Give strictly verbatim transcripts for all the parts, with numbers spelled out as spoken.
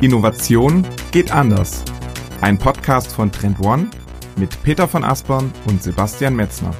Innovation geht anders. Ein Podcast von Trend One mit Peter von Aspern und Sebastian Metzner.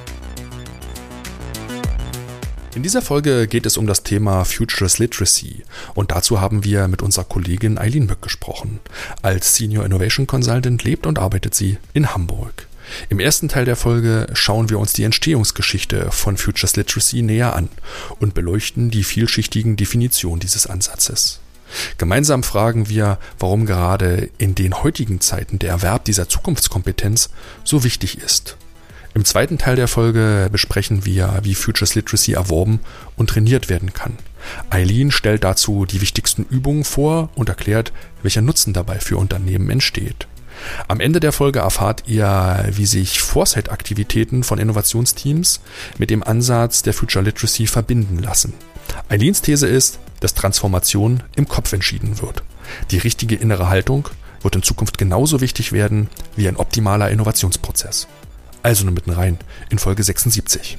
In dieser Folge geht es um das Thema Futures Literacy und dazu haben wir mit unserer Kollegin Eileen Möck gesprochen. Als Senior Innovation Consultant lebt und arbeitet sie in Hamburg. Im ersten Teil der Folge schauen wir uns die Entstehungsgeschichte von Futures Literacy näher an und beleuchten die vielschichtigen Definitionen dieses Ansatzes. Gemeinsam fragen wir, warum gerade in den heutigen Zeiten der Erwerb dieser Zukunftskompetenz so wichtig ist. Im zweiten Teil der Folge besprechen wir, wie Futures Literacy erworben und trainiert werden kann. Eileen stellt dazu die wichtigsten Übungen vor und erklärt, welcher Nutzen dabei für Unternehmen entsteht. Am Ende der Folge erfahrt ihr, wie sich Foresight-Aktivitäten von Innovationsteams mit dem Ansatz der Future Literacy verbinden lassen. Eileens These ist, dass Transformation im Kopf entschieden wird. Die richtige innere Haltung wird in Zukunft genauso wichtig werden wie ein optimaler Innovationsprozess. Also nur mitten rein in Folge sechsundsiebzig.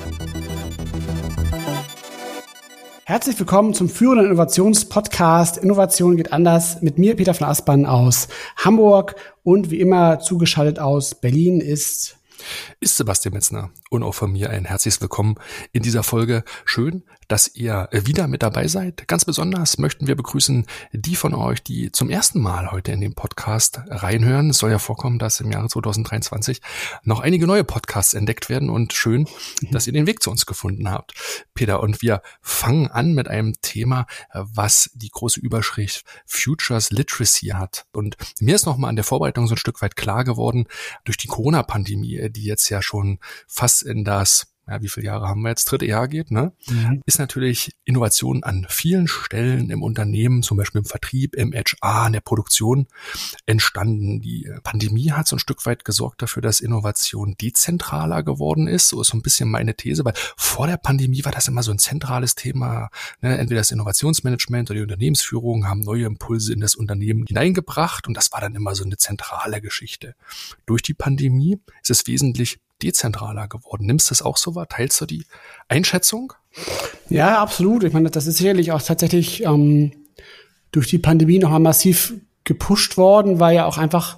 Herzlich willkommen zum führenden Innovationspodcast Innovation geht anders mit mir, Peter von Aspern aus Hamburg und wie immer zugeschaltet aus Berlin ist Ist Sebastian Metzner und auch von mir ein herzliches Willkommen in dieser Folge. Schön, dass ihr wieder mit dabei seid. Ganz besonders möchten wir begrüßen die von euch, die zum ersten Mal heute in den Podcast reinhören. Es soll ja vorkommen, dass im Jahre zwanzig dreiundzwanzig noch einige neue Podcasts entdeckt werden und schön, dass ihr den Weg zu uns gefunden habt, Peter. Und wir fangen an mit einem Thema, was die große Überschrift Futures Literacy hat. Und mir ist nochmal an der Vorbereitung so ein Stück weit klar geworden, durch die Corona-Pandemie, die jetzt ja schon fast in das, ja, wie viele Jahre haben wir jetzt, dritte Jahr geht, ne? Mhm. Ist natürlich Innovation an vielen Stellen im Unternehmen, zum Beispiel im Vertrieb, im H R, in der Produktion entstanden. Die Pandemie hat so ein Stück weit gesorgt dafür, dass Innovation dezentraler geworden ist. So ist so ein bisschen meine These, weil vor der Pandemie war das immer so ein zentrales Thema. Ne? Entweder das Innovationsmanagement oder die Unternehmensführung haben neue Impulse in das Unternehmen hineingebracht und das war dann immer so eine zentrale Geschichte. Durch die Pandemie ist es wesentlich dezentraler geworden. Nimmst du das auch so wahr? Teilst du die Einschätzung? Ja, absolut. Ich meine, das ist sicherlich auch tatsächlich ähm, durch die Pandemie noch mal massiv gepusht worden, weil ja auch einfach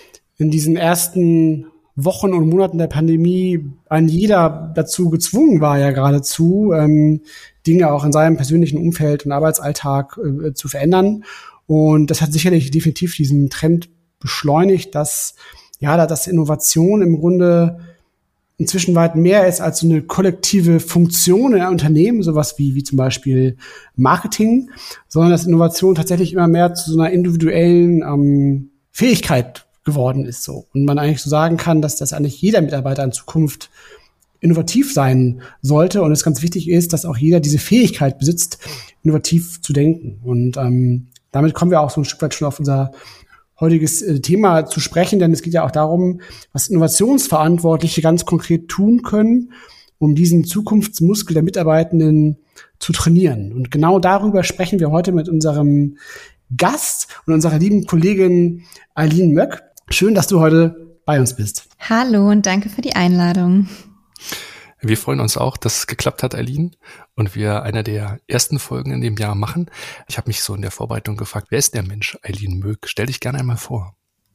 in diesen ersten Wochen und Monaten der Pandemie ein jeder dazu gezwungen war, ja geradezu, ähm, Dinge auch in seinem persönlichen Umfeld und Arbeitsalltag äh, zu verändern. Und das hat sicherlich definitiv diesen Trend beschleunigt, dass ja, da das Innovation im Grunde inzwischen weit mehr ist als so eine kollektive Funktion in einem Unternehmen, sowas wie, wie zum Beispiel Marketing, sondern dass Innovation tatsächlich immer mehr zu so einer individuellen ähm, Fähigkeit geworden ist, so. Und man eigentlich so sagen kann, dass das eigentlich jeder Mitarbeiter in Zukunft innovativ sein sollte und es ganz wichtig ist, dass auch jeder diese Fähigkeit besitzt, innovativ zu denken. Und ähm, damit kommen wir auch so ein Stück weit schon auf unser heutiges Thema zu sprechen, denn es geht ja auch darum, was Innovationsverantwortliche ganz konkret tun können, um diesen Zukunftsmuskel der Mitarbeitenden zu trainieren. Und genau darüber sprechen wir heute mit unserem Gast und unserer lieben Kollegin Eileen Möck. Schön, dass du heute bei uns bist. Hallo und danke für die Einladung. Wir freuen uns auch, dass es geklappt hat, Eileen, und wir eine der ersten Folgen in dem Jahr machen. Ich habe mich so in der Vorbereitung gefragt, wer ist der Mensch Eileen Möck? Stell dich gerne einmal vor.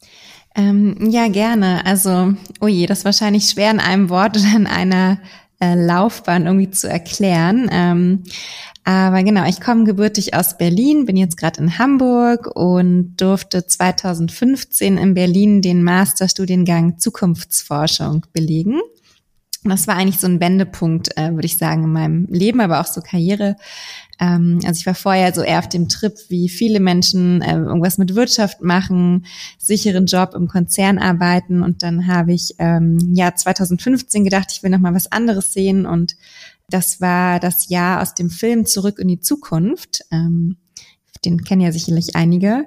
Ähm, ja, gerne. Also, oh je, das ist wahrscheinlich schwer in einem Wort oder in einer äh, Laufbahn irgendwie zu erklären. Ähm, aber genau, ich komme gebürtig aus Berlin, bin jetzt gerade in Hamburg und durfte zweitausendfünfzehn in Berlin den Masterstudiengang Zukunftsforschung belegen. Das war eigentlich so ein Wendepunkt, äh, würde ich sagen, in meinem Leben, aber auch so Karriere. Ähm, also ich war vorher so eher auf dem Trip, wie viele Menschen äh, irgendwas mit Wirtschaft machen, sicheren Job im Konzern arbeiten. Und dann habe ich ähm, ja zweitausendfünfzehn gedacht, ich will noch mal was anderes sehen. Und das war das Jahr aus dem Film Zurück in die Zukunft. Ähm, den kennen ja sicherlich einige.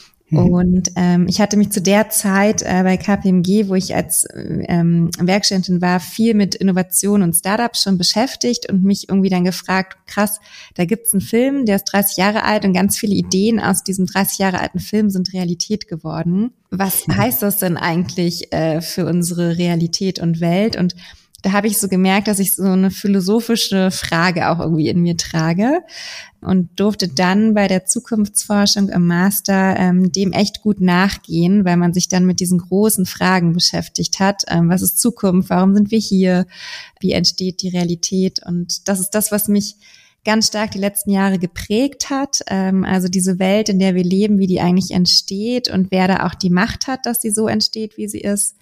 Und ähm, ich hatte mich zu der Zeit äh, bei K P M G, wo ich als ähm, Werkstudentin war, viel mit Innovation und Startups schon beschäftigt und mich irgendwie dann gefragt, krass, da gibt's einen Film, der ist dreißig Jahre alt und ganz viele Ideen aus diesem dreißig Jahre alten Film sind Realität geworden. Was heißt das denn eigentlich äh, für unsere Realität und Welt? Und da habe ich so gemerkt, dass ich so eine philosophische Frage auch irgendwie in mir trage und durfte dann bei der Zukunftsforschung im Master ähm, dem echt gut nachgehen, weil man sich dann mit diesen großen Fragen beschäftigt hat. Ähm, was ist Zukunft? Warum sind wir hier? Wie entsteht die Realität? Und das ist das, was mich ganz stark die letzten Jahre geprägt hat. Ähm, also diese Welt, in der wir leben, wie die eigentlich entsteht und wer da auch die Macht hat, dass sie so entsteht, wie sie ist.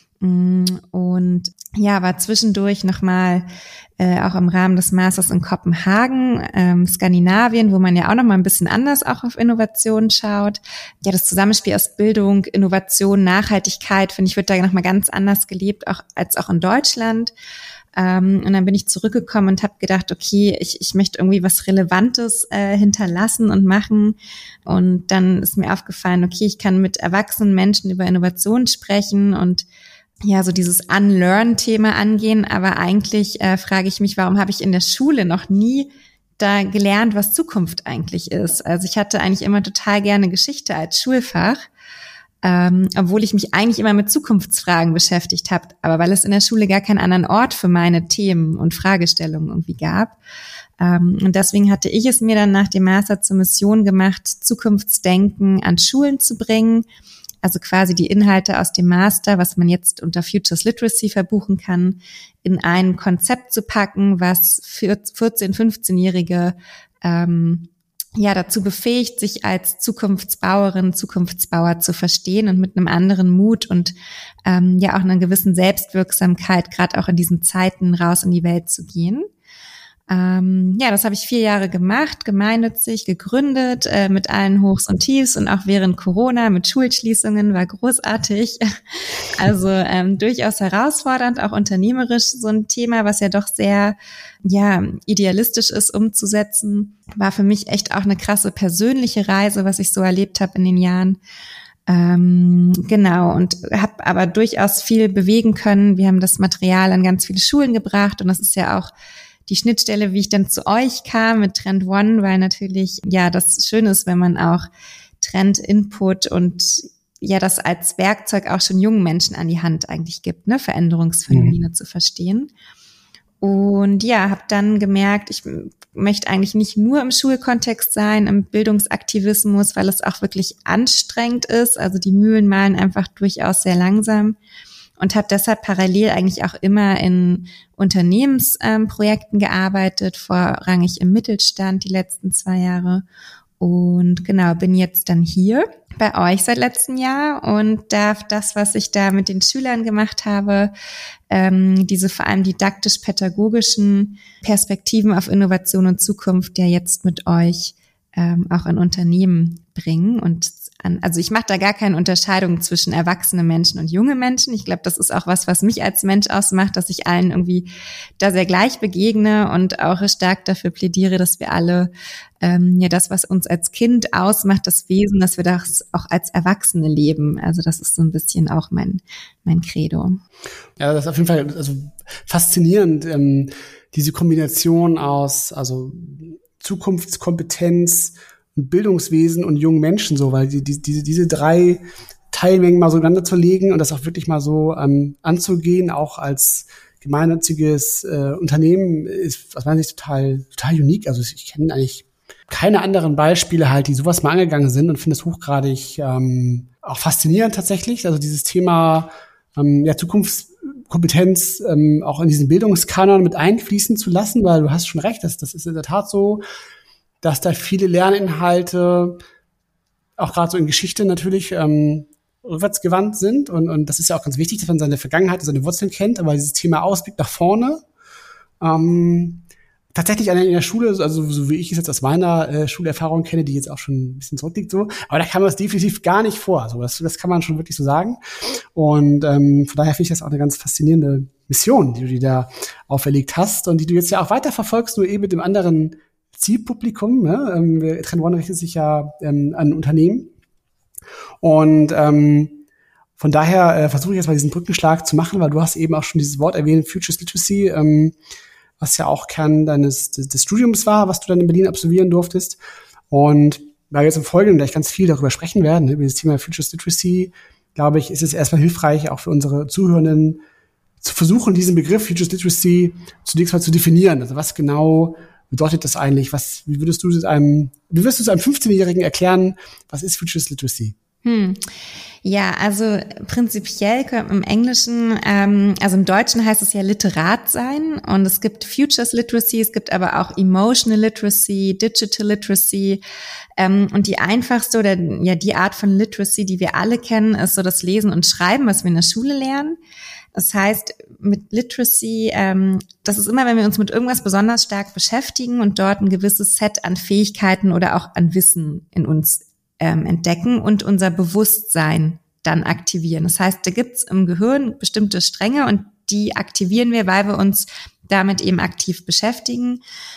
Und ja, war zwischendurch nochmal äh, auch im Rahmen des Masters in Kopenhagen, ähm, Skandinavien, wo man ja auch nochmal ein bisschen anders auch auf Innovation schaut. Ja, das Zusammenspiel aus Bildung, Innovation, Nachhaltigkeit, finde ich, wird da nochmal ganz anders gelebt, auch als auch in Deutschland. Ähm, und dann bin ich zurückgekommen und habe gedacht, okay, ich, ich möchte irgendwie was Relevantes äh, hinterlassen und machen. Und dann ist mir aufgefallen, okay, ich kann mit erwachsenen Menschen über Innovation sprechen und ja, so dieses Unlearn-Thema angehen, aber eigentlich äh, frage ich mich, warum habe ich in der Schule noch nie da gelernt, was Zukunft eigentlich ist? Also ich hatte eigentlich immer total gerne Geschichte als Schulfach, ähm, obwohl ich mich eigentlich immer mit Zukunftsfragen beschäftigt habe, aber weil es in der Schule gar keinen anderen Ort für meine Themen und Fragestellungen irgendwie gab. Ähm, und deswegen hatte ich es mir dann nach dem Master zur Mission gemacht, Zukunftsdenken an Schulen zu bringen, also quasi die Inhalte aus dem Master, was man jetzt unter Futures Literacy verbuchen kann, in ein Konzept zu packen, was für vierzehn-, fünfzehnjährige ähm, ja dazu befähigt, sich als Zukunftsbauerin, Zukunftsbauer zu verstehen und mit einem anderen Mut und ähm, ja auch einer gewissen Selbstwirksamkeit, gerade auch in diesen Zeiten raus in die Welt zu gehen. Ähm, ja, das habe ich vier Jahre gemacht, gemeinnützig, gegründet, äh, mit allen Hochs und Tiefs und auch während Corona mit Schulschließungen, war großartig. Also ähm, durchaus herausfordernd, auch unternehmerisch so ein Thema, was ja doch sehr ja idealistisch ist umzusetzen. War für mich echt auch eine krasse persönliche Reise, was ich so erlebt habe in den Jahren. Ähm, genau, und habe aber durchaus viel bewegen können. Wir haben das Material an ganz viele Schulen gebracht und das ist ja auch die Schnittstelle, wie ich dann zu euch kam mit Trend One, weil natürlich, ja, das schön ist, wenn man auch Trend-Input und ja, das als Werkzeug auch schon jungen Menschen an die Hand eigentlich gibt, ne, Veränderungsphänomene mhm. zu verstehen. Und ja, habe dann gemerkt, ich möchte eigentlich nicht nur im Schulkontext sein, im Bildungsaktivismus, weil es auch wirklich anstrengend ist. Also die Mühlen mahlen einfach durchaus sehr langsam. Und habe deshalb parallel eigentlich auch immer in Unternehmensprojekten ähm, gearbeitet, vorrangig im Mittelstand die letzten zwei Jahre. Und genau, bin jetzt dann hier bei euch seit letztem Jahr und darf das, was ich da mit den Schülern gemacht habe, ähm, diese vor allem didaktisch-pädagogischen Perspektiven auf Innovation und Zukunft ja jetzt mit euch ähm, auch in Unternehmen bringen und an, also ich mache da gar keine Unterscheidung zwischen erwachsene Menschen und junge Menschen. Ich glaube, das ist auch was, was mich als Mensch ausmacht, dass ich allen irgendwie da sehr gleich begegne und auch stark dafür plädiere, dass wir alle ähm, ja das, was uns als Kind ausmacht, das Wesen, dass wir das auch als Erwachsene leben. Also das ist so ein bisschen auch mein mein Credo. Ja, das ist auf jeden Fall also faszinierend, ähm, diese Kombination aus also Zukunftskompetenz, Bildungswesen und jungen Menschen so, weil die, die, diese, diese drei Teilmengen mal so einander zu legen und das auch wirklich mal so ähm, anzugehen, auch als gemeinnütziges äh, Unternehmen, ist aus meiner Sicht total, total unique. Also ich kenne eigentlich keine anderen Beispiele halt, die sowas mal angegangen sind und finde es hochgradig ähm, auch faszinierend tatsächlich. Also dieses Thema ähm, ja, Zukunftskompetenz ähm, auch in diesen Bildungskanon mit einfließen zu lassen, weil du hast schon recht, das, das ist in der Tat so, dass da viele Lerninhalte, auch gerade so in Geschichte natürlich, ähm, rückwärtsgewandt sind. Und, und das ist ja auch ganz wichtig, dass man seine Vergangenheit, seine Wurzeln kennt. Aber dieses Thema Ausblick nach vorne, ähm, tatsächlich in der Schule, also so wie ich es jetzt aus meiner äh, Schulerfahrung kenne, die jetzt auch schon ein bisschen zurückliegt, so, aber da kam das definitiv gar nicht vor. Also das, das kann man schon wirklich so sagen. Und ähm, von daher finde ich das auch eine ganz faszinierende Mission, die du dir da auferlegt hast und die du jetzt ja auch weiter verfolgst, nur eben mit dem anderen Zielpublikum, ne? Ähm, Trend One richtet sich ja ähm, an Unternehmen und ähm, von daher äh, versuche ich jetzt mal diesen Brückenschlag zu machen, weil du hast eben auch schon dieses Wort erwähnt, Futures Literacy, ähm, was ja auch Kern deines des, des Studiums war, was du dann in Berlin absolvieren durftest. Und weil wir jetzt im Folgenden gleich ganz viel darüber sprechen werden, ne, über das Thema Futures Literacy, glaube ich, ist es erstmal hilfreich, auch für unsere Zuhörenden zu versuchen, diesen Begriff Futures Literacy zunächst mal zu definieren. Also was genau bedeutet das eigentlich? Was, wie würdest du es einem, wie würdest du es einem fünfzehnjährigen erklären? Was ist Futures Literacy? Hm. Ja, also prinzipiell im Englischen, ähm, also im Deutschen heißt es ja Literat sein, und es gibt Futures Literacy, es gibt aber auch Emotional Literacy, Digital Literacy, ähm, und die einfachste oder ja die Art von Literacy, die wir alle kennen, ist so das Lesen und Schreiben, was wir in der Schule lernen. Das heißt, mit Literacy, ähm, das ist immer, wenn wir uns mit irgendwas besonders stark beschäftigen und dort ein gewisses Set an Fähigkeiten oder auch an Wissen in uns ähm, entdecken und unser Bewusstsein dann aktivieren. Das heißt, da gibt's im Gehirn bestimmte Stränge und die aktivieren wir, weil wir uns damit eben aktiv beschäftigen.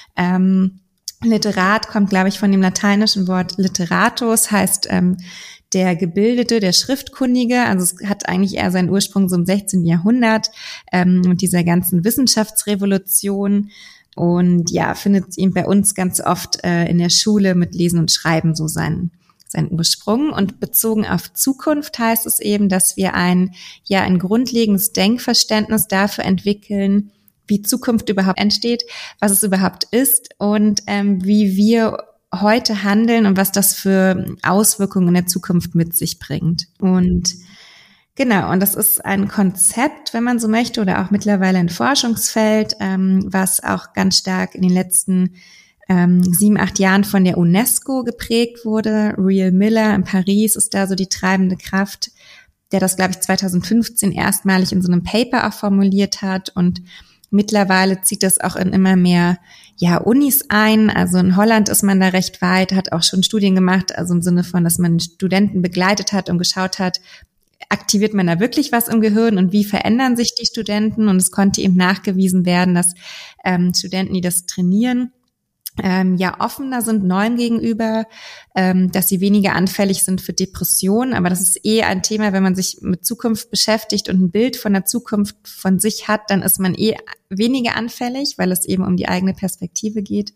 Ähm, Literat kommt, glaube ich, von dem lateinischen Wort literatus, heißt ähm, der Gebildete, der Schriftkundige. Also es hat eigentlich eher seinen Ursprung so im sechzehnten Jahrhundert ähm, mit dieser ganzen Wissenschaftsrevolution. Und ja, findet ihn bei uns ganz oft äh, in der Schule mit Lesen und Schreiben so seinen, seinen Ursprung. Und bezogen auf Zukunft heißt es eben, dass wir ein, ja, ein grundlegendes Denkverständnis dafür entwickeln, wie Zukunft überhaupt entsteht, was es überhaupt ist und ähm, wie wir heute handeln und was das für Auswirkungen in der Zukunft mit sich bringt. Und genau, und das ist ein Konzept, wenn man so möchte, oder auch mittlerweile ein Forschungsfeld, ähm, was auch ganz stark in den letzten ähm, sieben, acht Jahren von der UNESCO geprägt wurde. Real Miller in Paris ist da so die treibende Kraft, der das, glaube ich, zweitausendfünfzehn erstmalig in so einem Paper auch formuliert hat, und mittlerweile zieht das auch in immer mehr ja Unis ein. Also in Holland ist man da recht weit, hat auch schon Studien gemacht, also im Sinne von, dass man Studenten begleitet hat und geschaut hat, aktiviert man da wirklich was im Gehirn und wie verändern sich die Studenten? Und es konnte eben nachgewiesen werden, dass ähm, Studenten, die das trainieren, ähm, ja offener sind Neuem gegenüber, ähm, dass sie weniger anfällig sind für Depressionen. Aber das ist eh ein Thema, wenn man sich mit Zukunft beschäftigt und ein Bild von der Zukunft von sich hat, dann ist man eh weniger anfällig, weil es eben um die eigene Perspektive geht.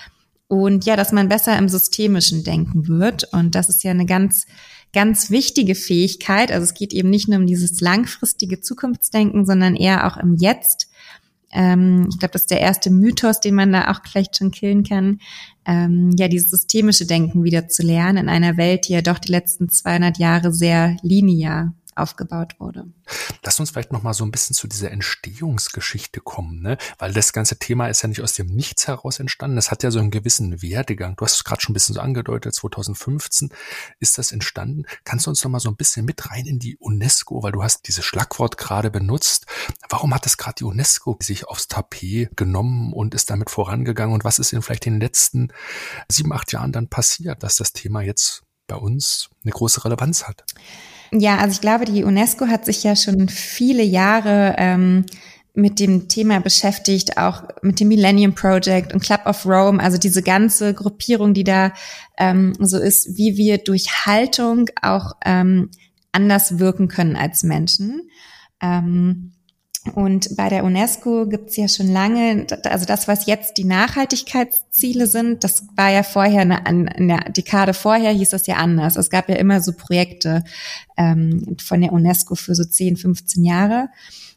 Und ja, dass man besser im Systemischen denken wird. Und das ist ja eine ganz, ganz wichtige Fähigkeit. Also es geht eben nicht nur um dieses langfristige Zukunftsdenken, sondern eher auch im Jetzt. Ähm, ich glaube, das ist der erste Mythos, den man da auch vielleicht schon killen kann. Ähm, ja, dieses systemische Denken wieder zu lernen in einer Welt, die ja doch die letzten zweihundert Jahre sehr linear aufgebaut wurde. Lass uns vielleicht noch mal so ein bisschen zu dieser Entstehungsgeschichte kommen, ne? Weil das ganze Thema ist ja nicht aus dem Nichts heraus entstanden. Das hat ja so einen gewissen Werdegang. Du hast es gerade schon ein bisschen so angedeutet. zweitausendfünfzehn ist das entstanden. Kannst du uns noch mal so ein bisschen mit rein in die UNESCO, weil du hast dieses Schlagwort gerade benutzt. Warum hat das gerade die UNESCO sich aufs Tapet genommen und ist damit vorangegangen? Und was ist denn vielleicht in den letzten sieben, acht Jahren dann passiert, dass das Thema jetzt bei uns eine große Relevanz hat? Ja, also ich glaube, die UNESCO hat sich ja schon viele Jahre ähm, mit dem Thema beschäftigt, auch mit dem Millennium Project und Club of Rome, also diese ganze Gruppierung, die da ähm, so ist, wie wir durch Haltung auch ähm, anders wirken können als Menschen. Ähm, Und bei der UNESCO gibt's ja schon lange, also das, was jetzt die Nachhaltigkeitsziele sind, das war ja vorher, eine, in der Dekade vorher hieß das ja anders. Es gab ja immer so Projekte ähm, von der UNESCO für so zehn, fünfzehn Jahre.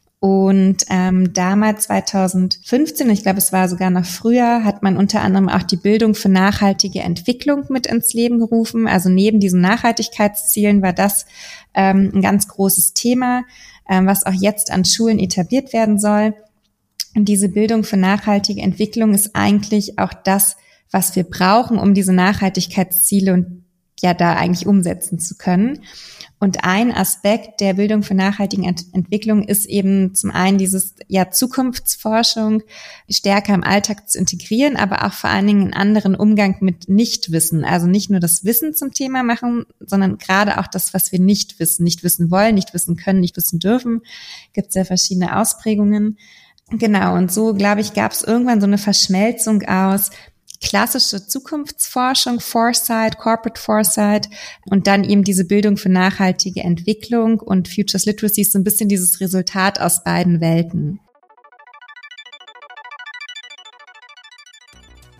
Und ähm, damals zweitausendfünfzehn, ich glaube, es war sogar noch früher, hat man unter anderem auch die Bildung für nachhaltige Entwicklung mit ins Leben gerufen. Also neben diesen Nachhaltigkeitszielen war das ähm, ein ganz großes Thema, ähm, was auch jetzt an Schulen etabliert werden soll. Und diese Bildung für nachhaltige Entwicklung ist eigentlich auch das, was wir brauchen, um diese Nachhaltigkeitsziele und ja da eigentlich umsetzen zu können. Und ein Aspekt der Bildung für nachhaltige Ent- Entwicklung ist eben zum einen dieses ja Zukunftsforschung stärker im Alltag zu integrieren, aber auch vor allen Dingen einen anderen Umgang mit Nichtwissen. Also nicht nur das Wissen zum Thema machen, sondern gerade auch das, was wir nicht wissen, nicht wissen wollen, nicht wissen können, nicht wissen dürfen. Gibt es ja verschiedene Ausprägungen. Genau, und so, glaube ich, gab es irgendwann so eine Verschmelzung aus klassische Zukunftsforschung, Foresight, Corporate Foresight und dann eben diese Bildung für nachhaltige Entwicklung, und Futures Literacy ist so ein bisschen dieses Resultat aus beiden Welten.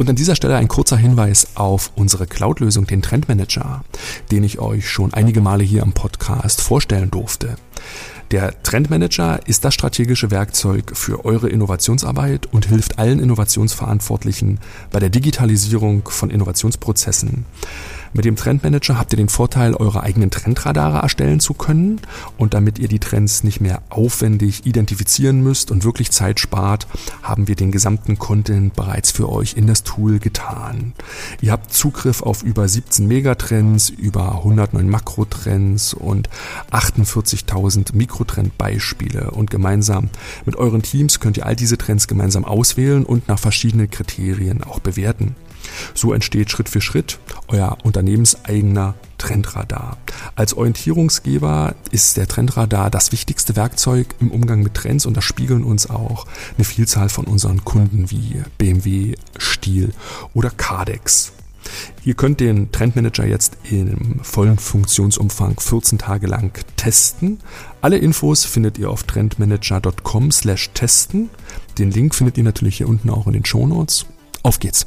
Und an dieser Stelle ein kurzer Hinweis auf unsere Cloud-Lösung, den Trendmanager, den ich euch schon einige Male hier im Podcast vorstellen durfte. Der Trendmanager ist das strategische Werkzeug für eure Innovationsarbeit und hilft allen Innovationsverantwortlichen bei der Digitalisierung von Innovationsprozessen. Mit dem Trendmanager habt ihr den Vorteil, eure eigenen Trendradare erstellen zu können, und damit ihr die Trends nicht mehr aufwendig identifizieren müsst und wirklich Zeit spart, haben wir den gesamten Content bereits für euch in das Tool getan. Ihr habt Zugriff auf über siebzehn Megatrends, über hundertneun Makrotrends und achtundvierzigtausend Mikrotrendbeispiele, und gemeinsam mit euren Teams könnt ihr all diese Trends gemeinsam auswählen und nach verschiedenen Kriterien auch bewerten. So entsteht Schritt für Schritt euer unternehmenseigener Trendradar. Als Orientierungsgeber ist der Trendradar das wichtigste Werkzeug im Umgang mit Trends, und das spiegeln uns auch eine Vielzahl von unseren Kunden wie B M W, Stihl oder Kardex. Ihr könnt den Trendmanager jetzt im vollen Funktionsumfang vierzehn Tage lang testen. Alle Infos findet ihr auf trendmanager punkt com slash testen. Den Link findet ihr natürlich hier unten auch in den Shownotes. Auf geht's!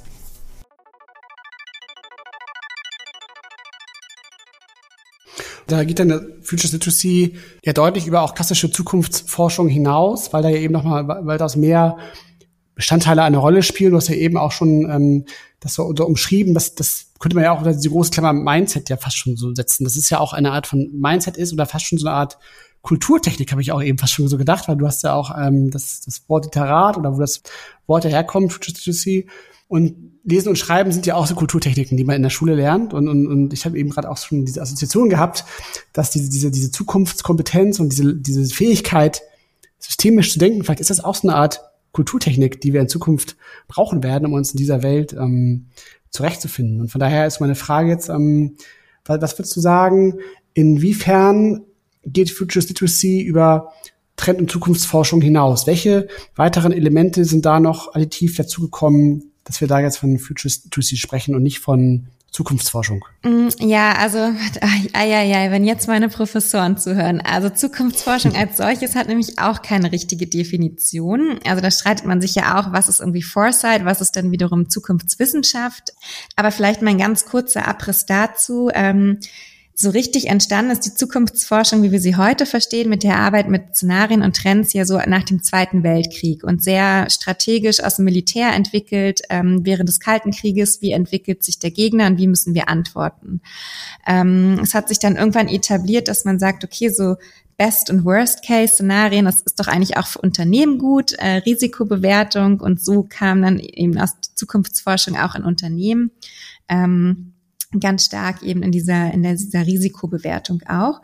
Da geht dann der Futures Literacy ja deutlich über auch klassische Zukunftsforschung hinaus, weil da ja eben nochmal, weil das mehr Bestandteile eine Rolle spielen. Du hast ja eben auch schon ähm, das so, so umschrieben, das, das könnte man ja auch unter diese große Klammer Mindset ja fast schon so setzen. Das ist ja auch eine Art von Mindset ist oder fast schon so eine Art Kulturtechnik, habe ich auch eben fast schon so gedacht, weil du hast ja auch ähm, das, das Wort Literat oder wo das Wort herkommt, Futures Literacy. Und Lesen und Schreiben sind ja auch so Kulturtechniken, die man in der Schule lernt. Und, und, und ich habe eben gerade auch schon diese Assoziation gehabt, dass diese, diese, diese Zukunftskompetenz und diese, diese Fähigkeit, systemisch zu denken, vielleicht ist das auch so eine Art Kulturtechnik, die wir in Zukunft brauchen werden, um uns in dieser Welt ähm, zurechtzufinden. Und von daher ist meine Frage jetzt, ähm, was, was würdest du sagen, inwiefern geht Futures Literacy über Trend- und Zukunftsforschung hinaus? Welche weiteren Elemente sind da noch additiv dazugekommen, dass wir da jetzt von Futures Literacy sprechen und nicht von Zukunftsforschung? Ja, also, ah, ja, ja, wenn jetzt meine Professoren zuhören. Also Zukunftsforschung als solches hat nämlich auch keine richtige Definition. Also da streitet man sich ja auch, was ist irgendwie Foresight, was ist dann wiederum Zukunftswissenschaft. Aber vielleicht mal ein ganz kurzer Abriss dazu. Ähm, So richtig entstanden ist die Zukunftsforschung, wie wir sie heute verstehen, mit der Arbeit mit Szenarien und Trends ja so nach dem Zweiten Weltkrieg und sehr strategisch aus dem Militär entwickelt, ähm, während des Kalten Krieges, wie entwickelt sich der Gegner und wie müssen wir antworten. Ähm, es hat sich dann irgendwann etabliert, dass man sagt, okay, so Best- und Worst-Case-Szenarien, das ist doch eigentlich auch für Unternehmen gut, äh, Risikobewertung, und so kam dann eben aus der Zukunftsforschung auch in Unternehmen, ähm, ganz stark eben in dieser, in der, dieser Risikobewertung auch.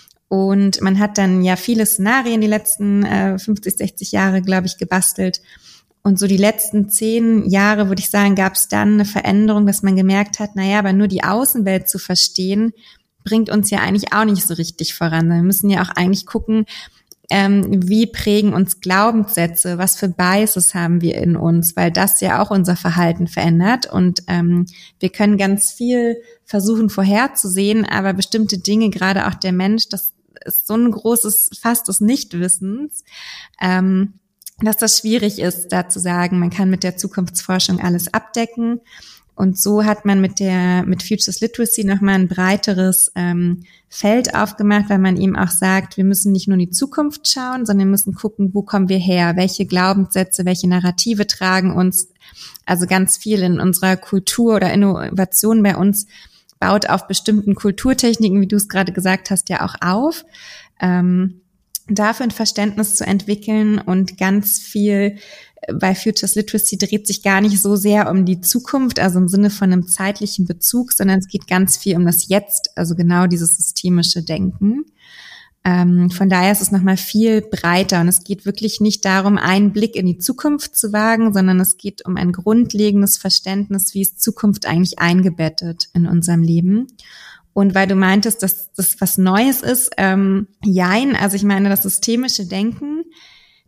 Und man hat dann ja viele Szenarien die letzten äh, fünfzig, sechzig Jahre, glaube ich, gebastelt. Und so die letzten zehn Jahre, würde ich sagen, gab es dann eine Veränderung, dass man gemerkt hat, naja, aber nur die Außenwelt zu verstehen, bringt uns ja eigentlich auch nicht so richtig voran. Wir müssen ja auch eigentlich gucken, Ähm, wie prägen uns Glaubenssätze, was für Biases haben wir in uns, weil das ja auch unser Verhalten verändert, und ähm, wir können ganz viel versuchen vorherzusehen, aber bestimmte Dinge, gerade auch der Mensch, das ist so ein großes Fass des Nichtwissens, ähm, dass das schwierig ist, da zu sagen, man kann mit der Zukunftsforschung alles abdecken. Und so hat man mit der mit Futures Literacy nochmal ein breiteres ähm, Feld aufgemacht, weil man eben auch sagt, wir müssen nicht nur in die Zukunft schauen, sondern wir müssen gucken, wo kommen wir her, welche Glaubenssätze, welche Narrative tragen uns. Also ganz viel in unserer Kultur oder Innovation bei uns baut auf bestimmten Kulturtechniken, wie du es gerade gesagt hast, ja auch auf. Ähm, dafür ein Verständnis zu entwickeln, und ganz viel bei Futures Literacy dreht sich gar nicht so sehr um die Zukunft, also im Sinne von einem zeitlichen Bezug, sondern es geht ganz viel um das Jetzt, also genau dieses systemische Denken. Ähm, von daher ist es nochmal viel breiter, und es geht wirklich nicht darum, einen Blick in die Zukunft zu wagen, sondern es geht um ein grundlegendes Verständnis, wie ist Zukunft eigentlich eingebettet in unserem Leben. Und weil du meintest, dass das was Neues ist, ähm, jein, also ich meine, das systemische Denken,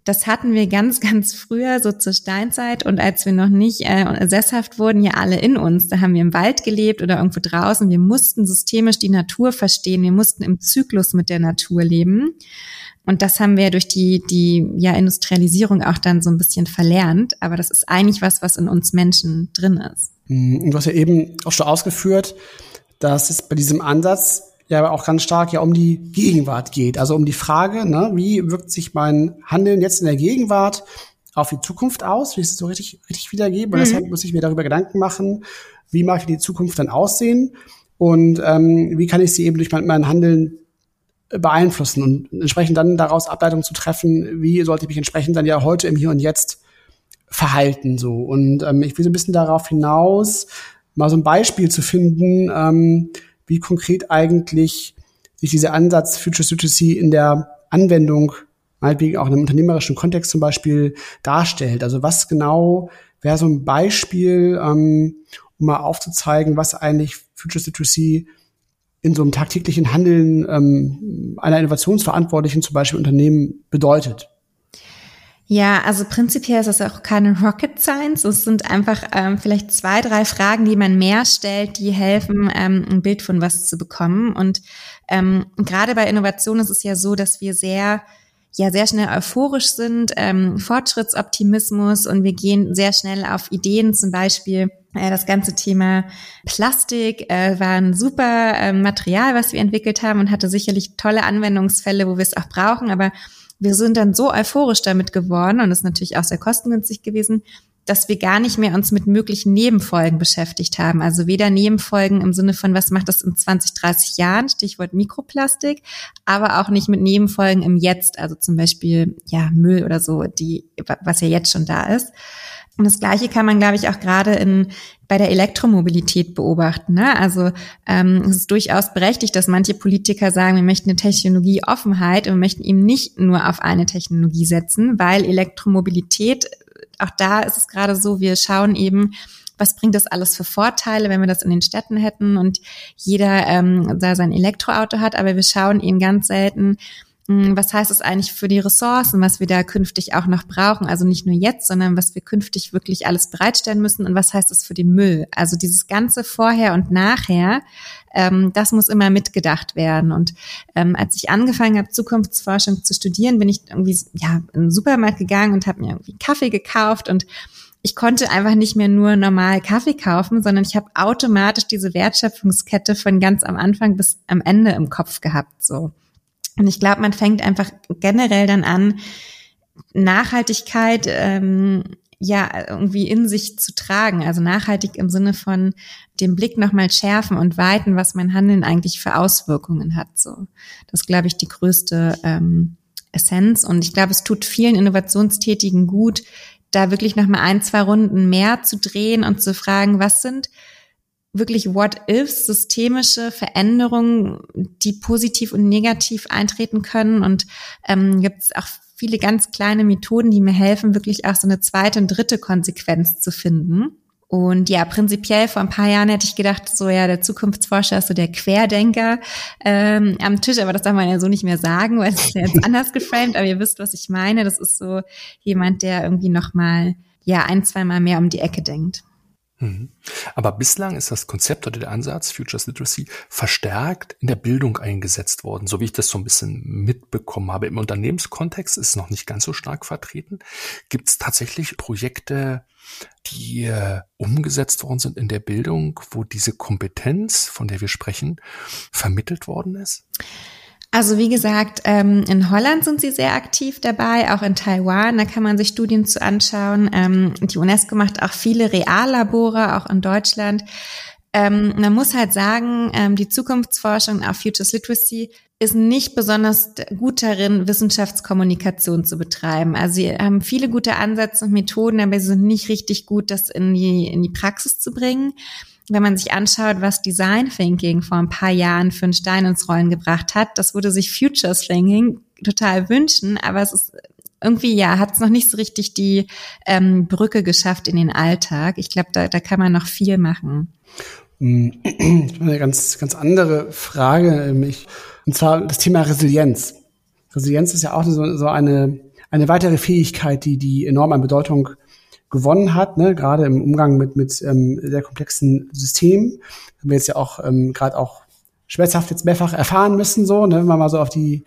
das hatten wir ganz, ganz früher, so zur Steinzeit. Und als wir noch nicht äh, sesshaft wurden, ja alle in uns. Da haben wir im Wald gelebt oder irgendwo draußen. Wir mussten systemisch die Natur verstehen. Wir mussten im Zyklus mit der Natur leben. Und das haben wir durch die, die ja, Industrialisierung auch dann so ein bisschen verlernt. Aber das ist eigentlich was, was in uns Menschen drin ist. Und du hast ja eben auch schon ausgeführt, dass es bei diesem Ansatz ja aber auch ganz stark ja um die Gegenwart geht. Also um die Frage, ne, wie wirkt sich mein Handeln jetzt in der Gegenwart auf die Zukunft aus, wie ich es so richtig, richtig wiedergebe. Und mhm. deshalb muss ich mir darüber Gedanken machen, wie mag die Zukunft dann aussehen und ähm, wie kann ich sie eben durch mein, mein Handeln beeinflussen und entsprechend dann daraus Ableitungen zu treffen, wie sollte ich mich entsprechend dann ja heute im Hier und Jetzt verhalten. So. Und ähm, ich will so ein bisschen darauf hinaus, mal so ein Beispiel zu finden, ähm, wie konkret eigentlich sich dieser Ansatz Futures Literacy in der Anwendung, meinetwegen auch in einem unternehmerischen Kontext zum Beispiel, darstellt. Also was genau wäre so ein Beispiel, ähm, um mal aufzuzeigen, was eigentlich Futures Literacy in so einem tagtäglichen Handeln ähm, einer Innovationsverantwortlichen, zum Beispiel Unternehmen, bedeutet? Ja, also prinzipiell ist das auch keine Rocket Science. Es sind einfach ähm, vielleicht zwei, drei Fragen, die man mehr stellt, die helfen, ähm, ein Bild von was zu bekommen. Und ähm, gerade bei Innovation ist es ja so, dass wir sehr, ja, sehr schnell euphorisch sind, ähm, Fortschrittsoptimismus, und wir gehen sehr schnell auf Ideen. Zum Beispiel äh, das ganze Thema Plastik äh, war ein super äh, Material, was wir entwickelt haben, und hatte sicherlich tolle Anwendungsfälle, wo wir es auch brauchen, aber wir sind dann so euphorisch damit geworden, und das ist natürlich auch sehr kostengünstig gewesen, dass wir gar nicht mehr uns mit möglichen Nebenfolgen beschäftigt haben. Also weder Nebenfolgen im Sinne von, was macht das in zwanzig, dreißig Jahren, Stichwort Mikroplastik, aber auch nicht mit Nebenfolgen im Jetzt, also zum Beispiel ja Müll oder so, die was ja jetzt schon da ist. Und das Gleiche kann man, glaube ich, auch gerade in bei der Elektromobilität beobachten. Ne? Also ähm, es ist durchaus berechtigt, dass manche Politiker sagen, wir möchten eine Technologieoffenheit und wir möchten eben nicht nur auf eine Technologie setzen, weil Elektromobilität, auch da ist es gerade so, wir schauen eben, was bringt das alles für Vorteile, wenn wir das in den Städten hätten und jeder ähm, da sein Elektroauto hat, aber wir schauen eben ganz selten, was heißt es eigentlich für die Ressourcen, was wir da künftig auch noch brauchen? Also nicht nur jetzt, sondern was wir künftig wirklich alles bereitstellen müssen, und was heißt es für den Müll? Also dieses ganze Vorher und Nachher, ähm, das muss immer mitgedacht werden. Und ähm, als ich angefangen habe, Zukunftsforschung zu studieren, bin ich irgendwie ja in den Supermarkt gegangen und habe mir irgendwie Kaffee gekauft, und ich konnte einfach nicht mehr nur normal Kaffee kaufen, sondern ich habe automatisch diese Wertschöpfungskette von ganz am Anfang bis am Ende im Kopf gehabt, so. Und ich glaube, man fängt einfach generell dann an, Nachhaltigkeit ähm, ja irgendwie in sich zu tragen. Also nachhaltig im Sinne von den Blick nochmal schärfen und weiten, was mein Handeln eigentlich für Auswirkungen hat. So, das ist, glaube ich, die größte ähm, Essenz. Und ich glaube, es tut vielen Innovationstätigen gut, da wirklich nochmal ein, zwei Runden mehr zu drehen und zu fragen, was sind wirklich What-Ifs, systemische Veränderungen, die positiv und negativ eintreten können. Und ähm, gibt es auch viele ganz kleine Methoden, die mir helfen, wirklich auch so eine zweite und dritte Konsequenz zu finden. Und ja, prinzipiell vor ein paar Jahren hätte ich gedacht, so ja, der Zukunftsforscher ist so der Querdenker ähm, am Tisch, aber das darf man ja so nicht mehr sagen, weil es ist ja jetzt anders geframed, aber ihr wisst, was ich meine. Das ist so jemand, der irgendwie nochmal ja ein, zweimal mehr um die Ecke denkt. Aber bislang ist das Konzept oder der Ansatz Futures Literacy verstärkt in der Bildung eingesetzt worden, so wie ich das so ein bisschen mitbekommen habe. Im Unternehmenskontext ist es noch nicht ganz so stark vertreten. Gibt es tatsächlich Projekte, die äh, umgesetzt worden sind in der Bildung, wo diese Kompetenz, von der wir sprechen, vermittelt worden ist? Also wie gesagt, ähm, in Holland sind sie sehr aktiv dabei, auch in Taiwan, da kann man sich Studien zu anschauen. Ähm, die UNESCO macht auch viele Reallabore, auch in Deutschland. Ähm, man muss halt sagen, ähm, die Zukunftsforschung auf Futures Literacy ist nicht besonders gut darin, Wissenschaftskommunikation zu betreiben. Also sie haben viele gute Ansätze und Methoden, aber sie sind nicht richtig gut, das in die, in die Praxis zu bringen. Wenn man sich anschaut, was Design Thinking vor ein paar Jahren für einen Stein ins Rollen gebracht hat, das würde sich Futures Thinking total wünschen, aber es ist irgendwie, ja, hat es noch nicht so richtig die ähm, Brücke geschafft in den Alltag. Ich glaube, da, da kann man noch viel machen. Eine ganz, ganz andere Frage, und zwar das Thema Resilienz. Resilienz ist ja auch so, so eine eine weitere Fähigkeit, die die enorm an Bedeutung gewonnen hat, ne, gerade im Umgang mit mit ähm, sehr komplexen Systemen. Haben wir jetzt ja auch ähm, gerade auch schmerzhaft jetzt mehrfach erfahren müssen, so, ne, wenn man mal so auf die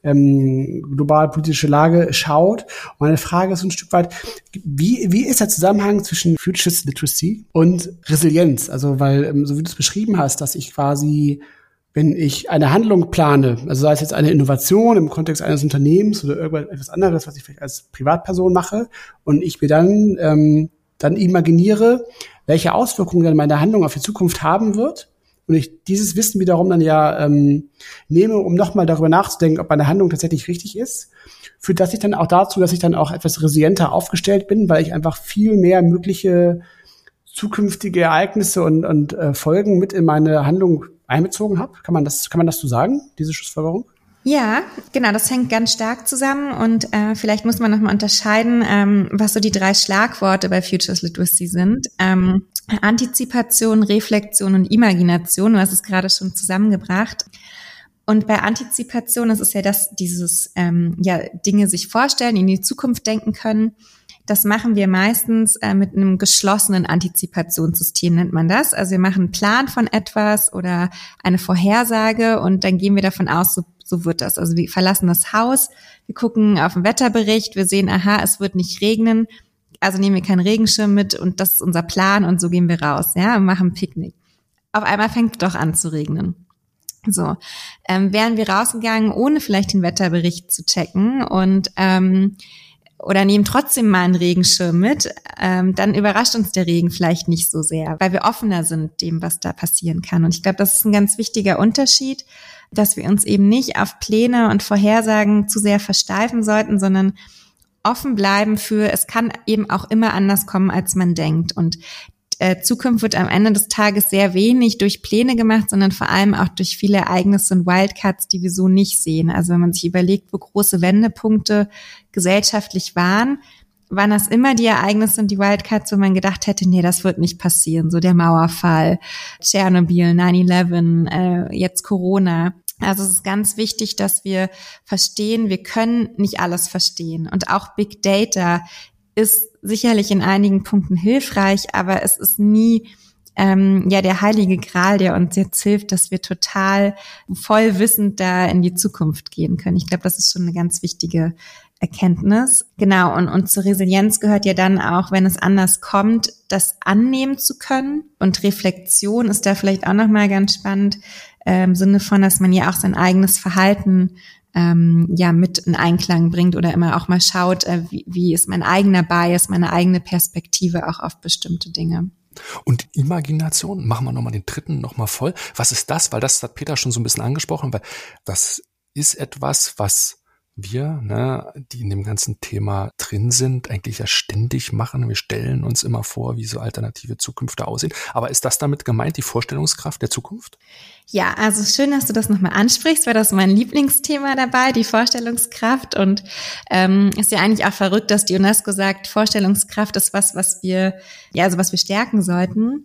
ähm, globalpolitische Lage schaut. Und meine Frage ist ein Stück weit, wie wie ist der Zusammenhang zwischen Futures Literacy und Resilienz? Also, weil, ähm, so wie du es beschrieben hast, dass ich quasi, wenn ich eine Handlung plane, also sei es jetzt eine Innovation im Kontext eines Unternehmens oder irgendetwas anderes, was ich vielleicht als Privatperson mache, und ich mir dann ähm, dann imaginiere, welche Auswirkungen dann meine Handlung auf die Zukunft haben wird, und ich dieses Wissen wiederum dann ja ähm, nehme, um nochmal darüber nachzudenken, ob meine Handlung tatsächlich richtig ist, führt das sich dann auch dazu, dass ich dann auch etwas resilienter aufgestellt bin, weil ich einfach viel mehr mögliche zukünftige Ereignisse und, und äh, Folgen mit in meine Handlung einbezogen habe. Kann man das, kann man das so sagen, diese Schlussfolgerung? Ja, genau, das hängt ganz stark zusammen, und äh, vielleicht muss man nochmal unterscheiden, ähm, was so die drei Schlagworte bei Futures Literacy sind. Ähm, Antizipation, Reflexion und Imagination, du hast es gerade schon zusammengebracht. Und bei Antizipation, das ist ja das, dieses, ähm, ja, Dinge sich vorstellen, in die Zukunft denken können. Das machen wir meistens äh, mit einem geschlossenen Antizipationssystem, nennt man das. Also wir machen einen Plan von etwas oder eine Vorhersage, und dann gehen wir davon aus, so, so wird das. Also wir verlassen das Haus, wir gucken auf den Wetterbericht, wir sehen, aha, es wird nicht regnen, also nehmen wir keinen Regenschirm mit, und das ist unser Plan, und so gehen wir raus, ja, und machen ein Picknick. Auf einmal fängt es doch an zu regnen. So, ähm, wären wir rausgegangen, ohne vielleicht den Wetterbericht zu checken, und ähm, oder nehmen trotzdem mal einen Regenschirm mit, ähm, dann überrascht uns der Regen vielleicht nicht so sehr, weil wir offener sind dem, was da passieren kann. Und ich glaube, das ist ein ganz wichtiger Unterschied, dass wir uns eben nicht auf Pläne und Vorhersagen zu sehr versteifen sollten, sondern offen bleiben für, es kann eben auch immer anders kommen, als man denkt. Und äh, Zukunft wird am Ende des Tages sehr wenig durch Pläne gemacht, sondern vor allem auch durch viele Ereignisse und Wildcards, die wir so nicht sehen. Also wenn man sich überlegt, wo große Wendepunkte gesellschaftlich waren, waren das immer die Ereignisse und die Wildcards, wo man gedacht hätte, nee, das wird nicht passieren. So der Mauerfall, Tschernobyl, nine eleven, äh, jetzt Corona. Also es ist ganz wichtig, dass wir verstehen, wir können nicht alles verstehen. Und auch Big Data ist sicherlich in einigen Punkten hilfreich, aber es ist nie ähm, ja der heilige Gral, der uns jetzt hilft, dass wir total voll wissend da in die Zukunft gehen können. Ich glaube, das ist schon eine ganz wichtige Erkenntnis. Genau, und, und zur Resilienz gehört ja dann auch, wenn es anders kommt, das annehmen zu können. Und Reflexion ist da vielleicht auch nochmal ganz spannend, äh, im Sinne von, dass man ja auch sein eigenes Verhalten ähm, ja mit in Einklang bringt oder immer auch mal schaut, äh, wie, wie ist mein eigener Bias, meine eigene Perspektive auch auf bestimmte Dinge. Und Imagination, machen wir nochmal den dritten nochmal voll. Was ist das? Weil das hat Peter schon so ein bisschen angesprochen, weil das ist etwas, was wir, ne, die in dem ganzen Thema drin sind, eigentlich ja ständig machen. Wir stellen uns immer vor, wie so alternative Zukünfte aussehen. Aber ist das damit gemeint, die Vorstellungskraft der Zukunft? Ja, also schön, dass du das nochmal ansprichst, weil das ist mein Lieblingsthema dabei, die Vorstellungskraft. Und ähm, ist ja eigentlich auch verrückt, dass die UNESCO sagt, Vorstellungskraft ist was, was wir, ja, also was wir stärken sollten.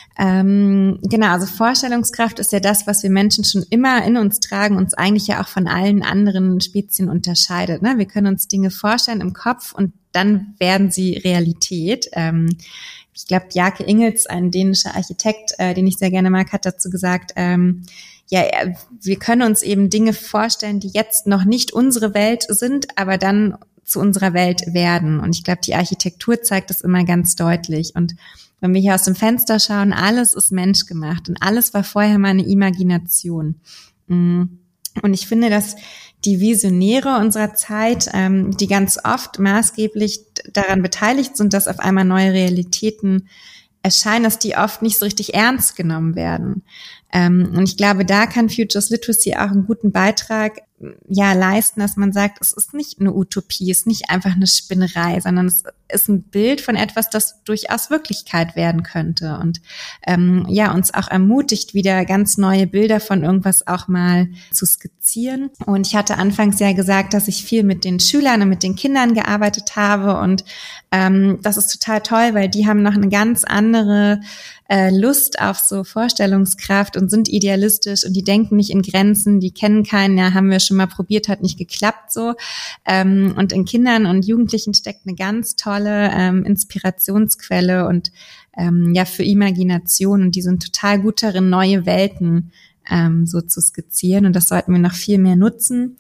Ähm, genau, also Vorstellungskraft ist ja das, was wir Menschen schon immer in uns tragen, uns eigentlich ja auch von allen anderen Spezien unterscheidet. Ne? Wir können uns Dinge vorstellen im Kopf und dann werden sie Realität. Ähm, ich glaube, Bjarke Ingels, ein dänischer Architekt, äh, den ich sehr gerne mag, hat dazu gesagt, ähm, ja, wir können uns eben Dinge vorstellen, die jetzt noch nicht unsere Welt sind, aber dann zu unserer Welt werden. Und ich glaube, die Architektur zeigt das immer ganz deutlich. Und wenn wir hier aus dem Fenster schauen, alles ist menschgemacht und alles war vorher mal eine Imagination. Und ich finde, dass die Visionäre unserer Zeit, ähm, die ganz oft maßgeblich daran beteiligt sind, dass auf einmal neue Realitäten erscheinen, dass die oft nicht so richtig ernst genommen werden. Ähm, und ich glaube, da kann Futures Literacy auch einen guten Beitrag ja leisten, dass man sagt, es ist nicht eine Utopie, es ist nicht einfach eine Spinnerei, sondern es ist ein Bild von etwas, das durchaus Wirklichkeit werden könnte und ähm, ja, uns auch ermutigt, wieder ganz neue Bilder von irgendwas auch mal zu skizzieren. Und ich hatte anfangs ja gesagt, dass ich viel mit den Schülern und mit den Kindern gearbeitet habe und ähm, das ist total toll, weil die haben noch eine ganz andere äh, Lust auf so Vorstellungskraft und sind idealistisch und die denken nicht in Grenzen, die kennen keinen, ja, haben wir schon mal probiert, hat nicht geklappt so. Ähm, und in Kindern und Jugendlichen steckt eine ganz tolle ähm, Inspirationsquelle und ähm, ja für Imagination und die sind total gut darin, neue Welten ähm, so zu skizzieren und das sollten wir noch viel mehr nutzen.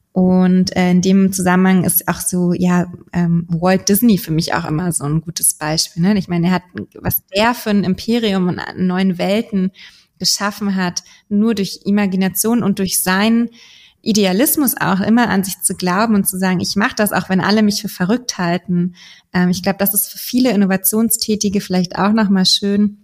Und äh, in dem Zusammenhang ist auch so, ja, ähm, Walt Disney für mich auch immer so ein gutes Beispiel. Ne? Ich meine, er hat, was der für ein Imperium und neuen Welten geschaffen hat, nur durch Imagination und durch seinen Idealismus auch immer an sich zu glauben und zu sagen, ich mache das, auch wenn alle mich für verrückt halten. Ähm, ich glaube, das ist für viele Innovationstätige vielleicht auch nochmal schön,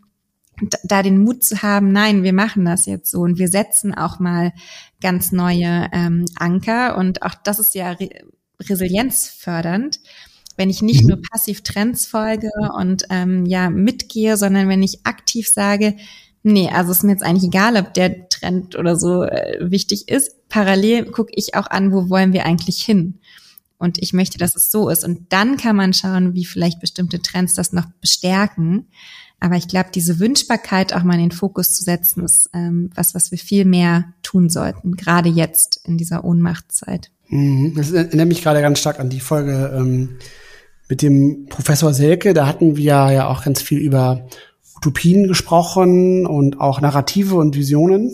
da den Mut zu haben, nein, wir machen das jetzt so und wir setzen auch mal ganz neue ähm, Anker und auch das ist ja re- resilienzfördernd, wenn ich nicht nur passiv Trends folge und ähm, ja mitgehe, sondern wenn ich aktiv sage, nee, also ist mir jetzt eigentlich egal, ob der Trend oder so äh, wichtig ist. Parallel gucke ich auch an, wo wollen wir eigentlich hin? Und ich möchte, dass es so ist. Und dann kann man schauen, wie vielleicht bestimmte Trends das noch bestärken. Aber ich glaube, diese Wünschbarkeit auch mal in den Fokus zu setzen, ist ähm, was, was wir viel mehr tun sollten, gerade jetzt in dieser Ohnmachtszeit. Das erinnert mich gerade ganz stark an die Folge ähm, mit dem Professor Selke. Da hatten wir ja auch ganz viel über Utopien gesprochen und auch Narrative und Visionen.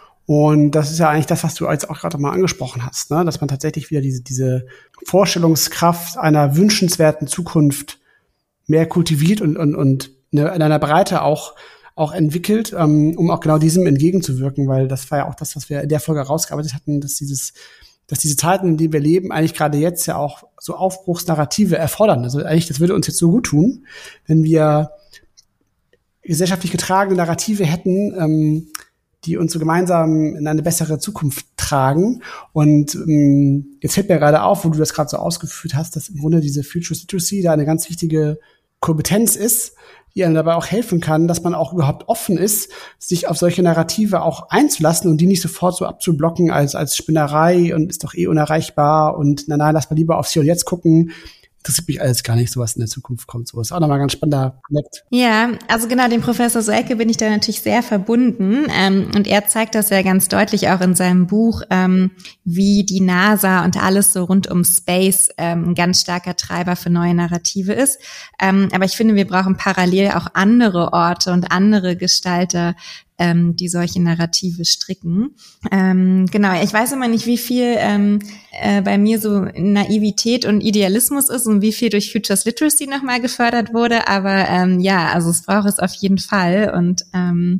Und das ist ja eigentlich das, was du jetzt auch gerade mal angesprochen hast, ne? Dass man tatsächlich wieder diese, diese Vorstellungskraft einer wünschenswerten Zukunft mehr kultiviert und, und, und in einer Breite auch auch entwickelt, ähm, um auch genau diesem entgegenzuwirken, weil das war ja auch das, was wir in der Folge rausgearbeitet hatten, dass dieses, dass diese Zeiten, in denen wir leben, eigentlich gerade jetzt ja auch so Aufbruchsnarrative erfordern. Also eigentlich, das würde uns jetzt so gut tun, wenn wir gesellschaftlich getragene Narrative hätten, ähm, die uns so gemeinsam in eine bessere Zukunft tragen. Und ähm, jetzt fällt mir gerade auf, wo du das gerade so ausgeführt hast, dass im Grunde diese Future Literacy da eine ganz wichtige Kompetenz ist, die einem dabei auch helfen kann, dass man auch überhaupt offen ist, sich auf solche Narrative auch einzulassen und die nicht sofort so abzublocken als als Spinnerei und ist doch eh unerreichbar und na nein, lass mal lieber aufs Hier und Jetzt gucken. Interessiert mich alles gar nicht, sowas in der Zukunft kommt. So ist auch nochmal ein ganz spannender Connect. Ja, also genau, dem Professor Selke bin ich da natürlich sehr verbunden. Ähm, und er zeigt das ja ganz deutlich auch in seinem Buch, ähm, wie die NASA und alles so rund um Space ähm, ein ganz starker Treiber für neue Narrative ist. Ähm, aber ich finde, wir brauchen parallel auch andere Orte und andere Gestalter, ähm, die solche Narrative stricken. Ähm, genau, ich weiß immer nicht, wie viel ähm, äh, bei mir so Naivität und Idealismus ist und wie viel durch Futures Literacy nochmal gefördert wurde, aber ähm, ja, also es braucht es auf jeden Fall und ähm,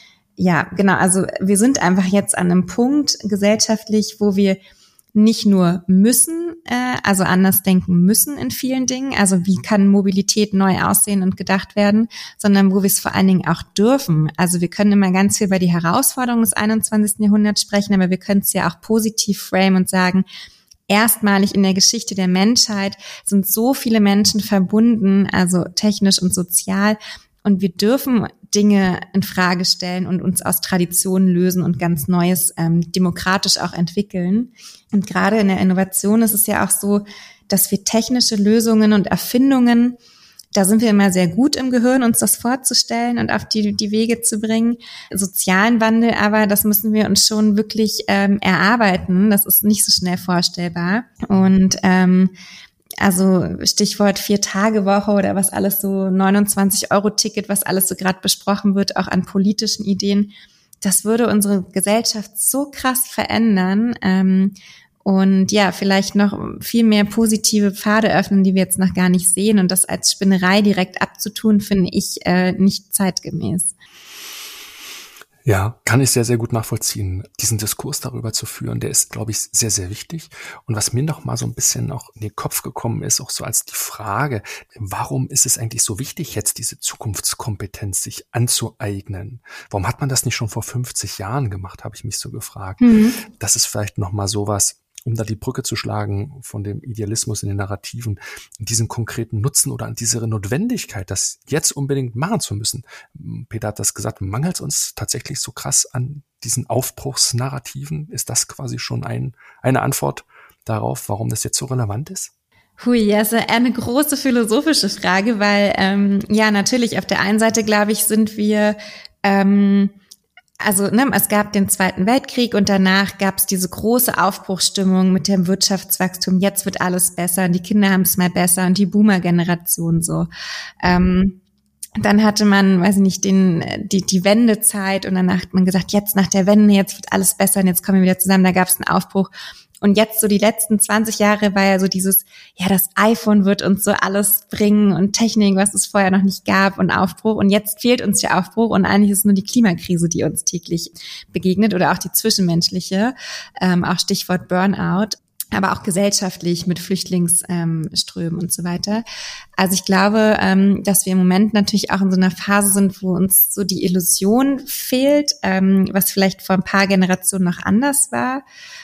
ja, genau, also wir sind einfach jetzt an einem Punkt gesellschaftlich, wo wir nicht nur müssen, äh, also anders denken müssen in vielen Dingen, also wie kann Mobilität neu aussehen und gedacht werden, sondern wo wir es vor allen Dingen auch dürfen. Also wir können immer ganz viel über die Herausforderungen des einundzwanzigsten Jahrhunderts sprechen, aber wir können es ja auch positiv framen und sagen, erstmalig in der Geschichte der Menschheit sind so viele Menschen verbunden, also technisch und sozial, und wir dürfen Dinge in Frage stellen und uns aus Traditionen lösen und ganz Neues ähm, demokratisch auch entwickeln. Und gerade in der Innovation ist es ja auch so, dass wir technische Lösungen und Erfindungen, da sind wir immer sehr gut im Gehirn, uns das vorzustellen und auf die, die Wege zu bringen. Sozialen Wandel aber, das müssen wir uns schon wirklich ähm, erarbeiten. Das ist nicht so schnell vorstellbar. Und ähm, also Stichwort Vier-Tage-Woche oder was alles so, neunundzwanzig Euro Ticket, was alles so gerade besprochen wird, auch an politischen Ideen, das würde unsere Gesellschaft so krass verändern ähm, und ja, vielleicht noch viel mehr positive Pfade öffnen, die wir jetzt noch gar nicht sehen, und das als Spinnerei direkt abzutun, finde ich äh, nicht zeitgemäß. Ja, kann ich sehr, sehr gut nachvollziehen. Diesen Diskurs darüber zu führen, der ist, glaube ich, sehr, sehr wichtig. Und was mir noch mal so ein bisschen auch in den Kopf gekommen ist, auch so als die Frage, warum ist es eigentlich so wichtig, jetzt diese Zukunftskompetenz sich anzueignen? Warum hat man das nicht schon vor fünfzig Jahren gemacht, habe ich mich so gefragt. Mhm. Das ist vielleicht noch mal sowas, um da die Brücke zu schlagen von dem Idealismus in den Narrativen, diesen konkreten Nutzen oder an diese Notwendigkeit, das jetzt unbedingt machen zu müssen. Peter hat das gesagt, mangelt es uns tatsächlich so krass an diesen Aufbruchsnarrativen? Ist das quasi schon ein, eine Antwort darauf, warum das jetzt so relevant ist? Hui, das ist eine große philosophische Frage, weil ähm, ja natürlich auf der einen Seite, glaube ich, sind wir ähm, Also ne, es gab den Zweiten Weltkrieg und danach gab es diese große Aufbruchsstimmung mit dem Wirtschaftswachstum. Jetzt wird alles besser und die Kinder haben es mal besser und die Boomer-Generation so. Ähm, dann hatte man, weiß ich nicht, den die die Wendezeit und danach hat man gesagt, jetzt nach der Wende, jetzt wird alles besser und jetzt kommen wir wieder zusammen. Da gab es einen Aufbruch. Und jetzt so die letzten zwanzig Jahre war ja so dieses, ja, das iPhone wird uns so alles bringen und Technik, was es vorher noch nicht gab und Aufbruch. Und jetzt fehlt uns der Aufbruch und eigentlich ist es nur die Klimakrise, die uns täglich begegnet oder auch die zwischenmenschliche, ähm, auch Stichwort Burnout, aber auch gesellschaftlich mit Flüchtlingsströmen ähm, und so weiter. Also ich glaube, ähm, dass wir im Moment natürlich auch in so einer Phase sind, wo uns so die Illusion fehlt, ähm, was vielleicht vor ein paar Generationen noch anders war.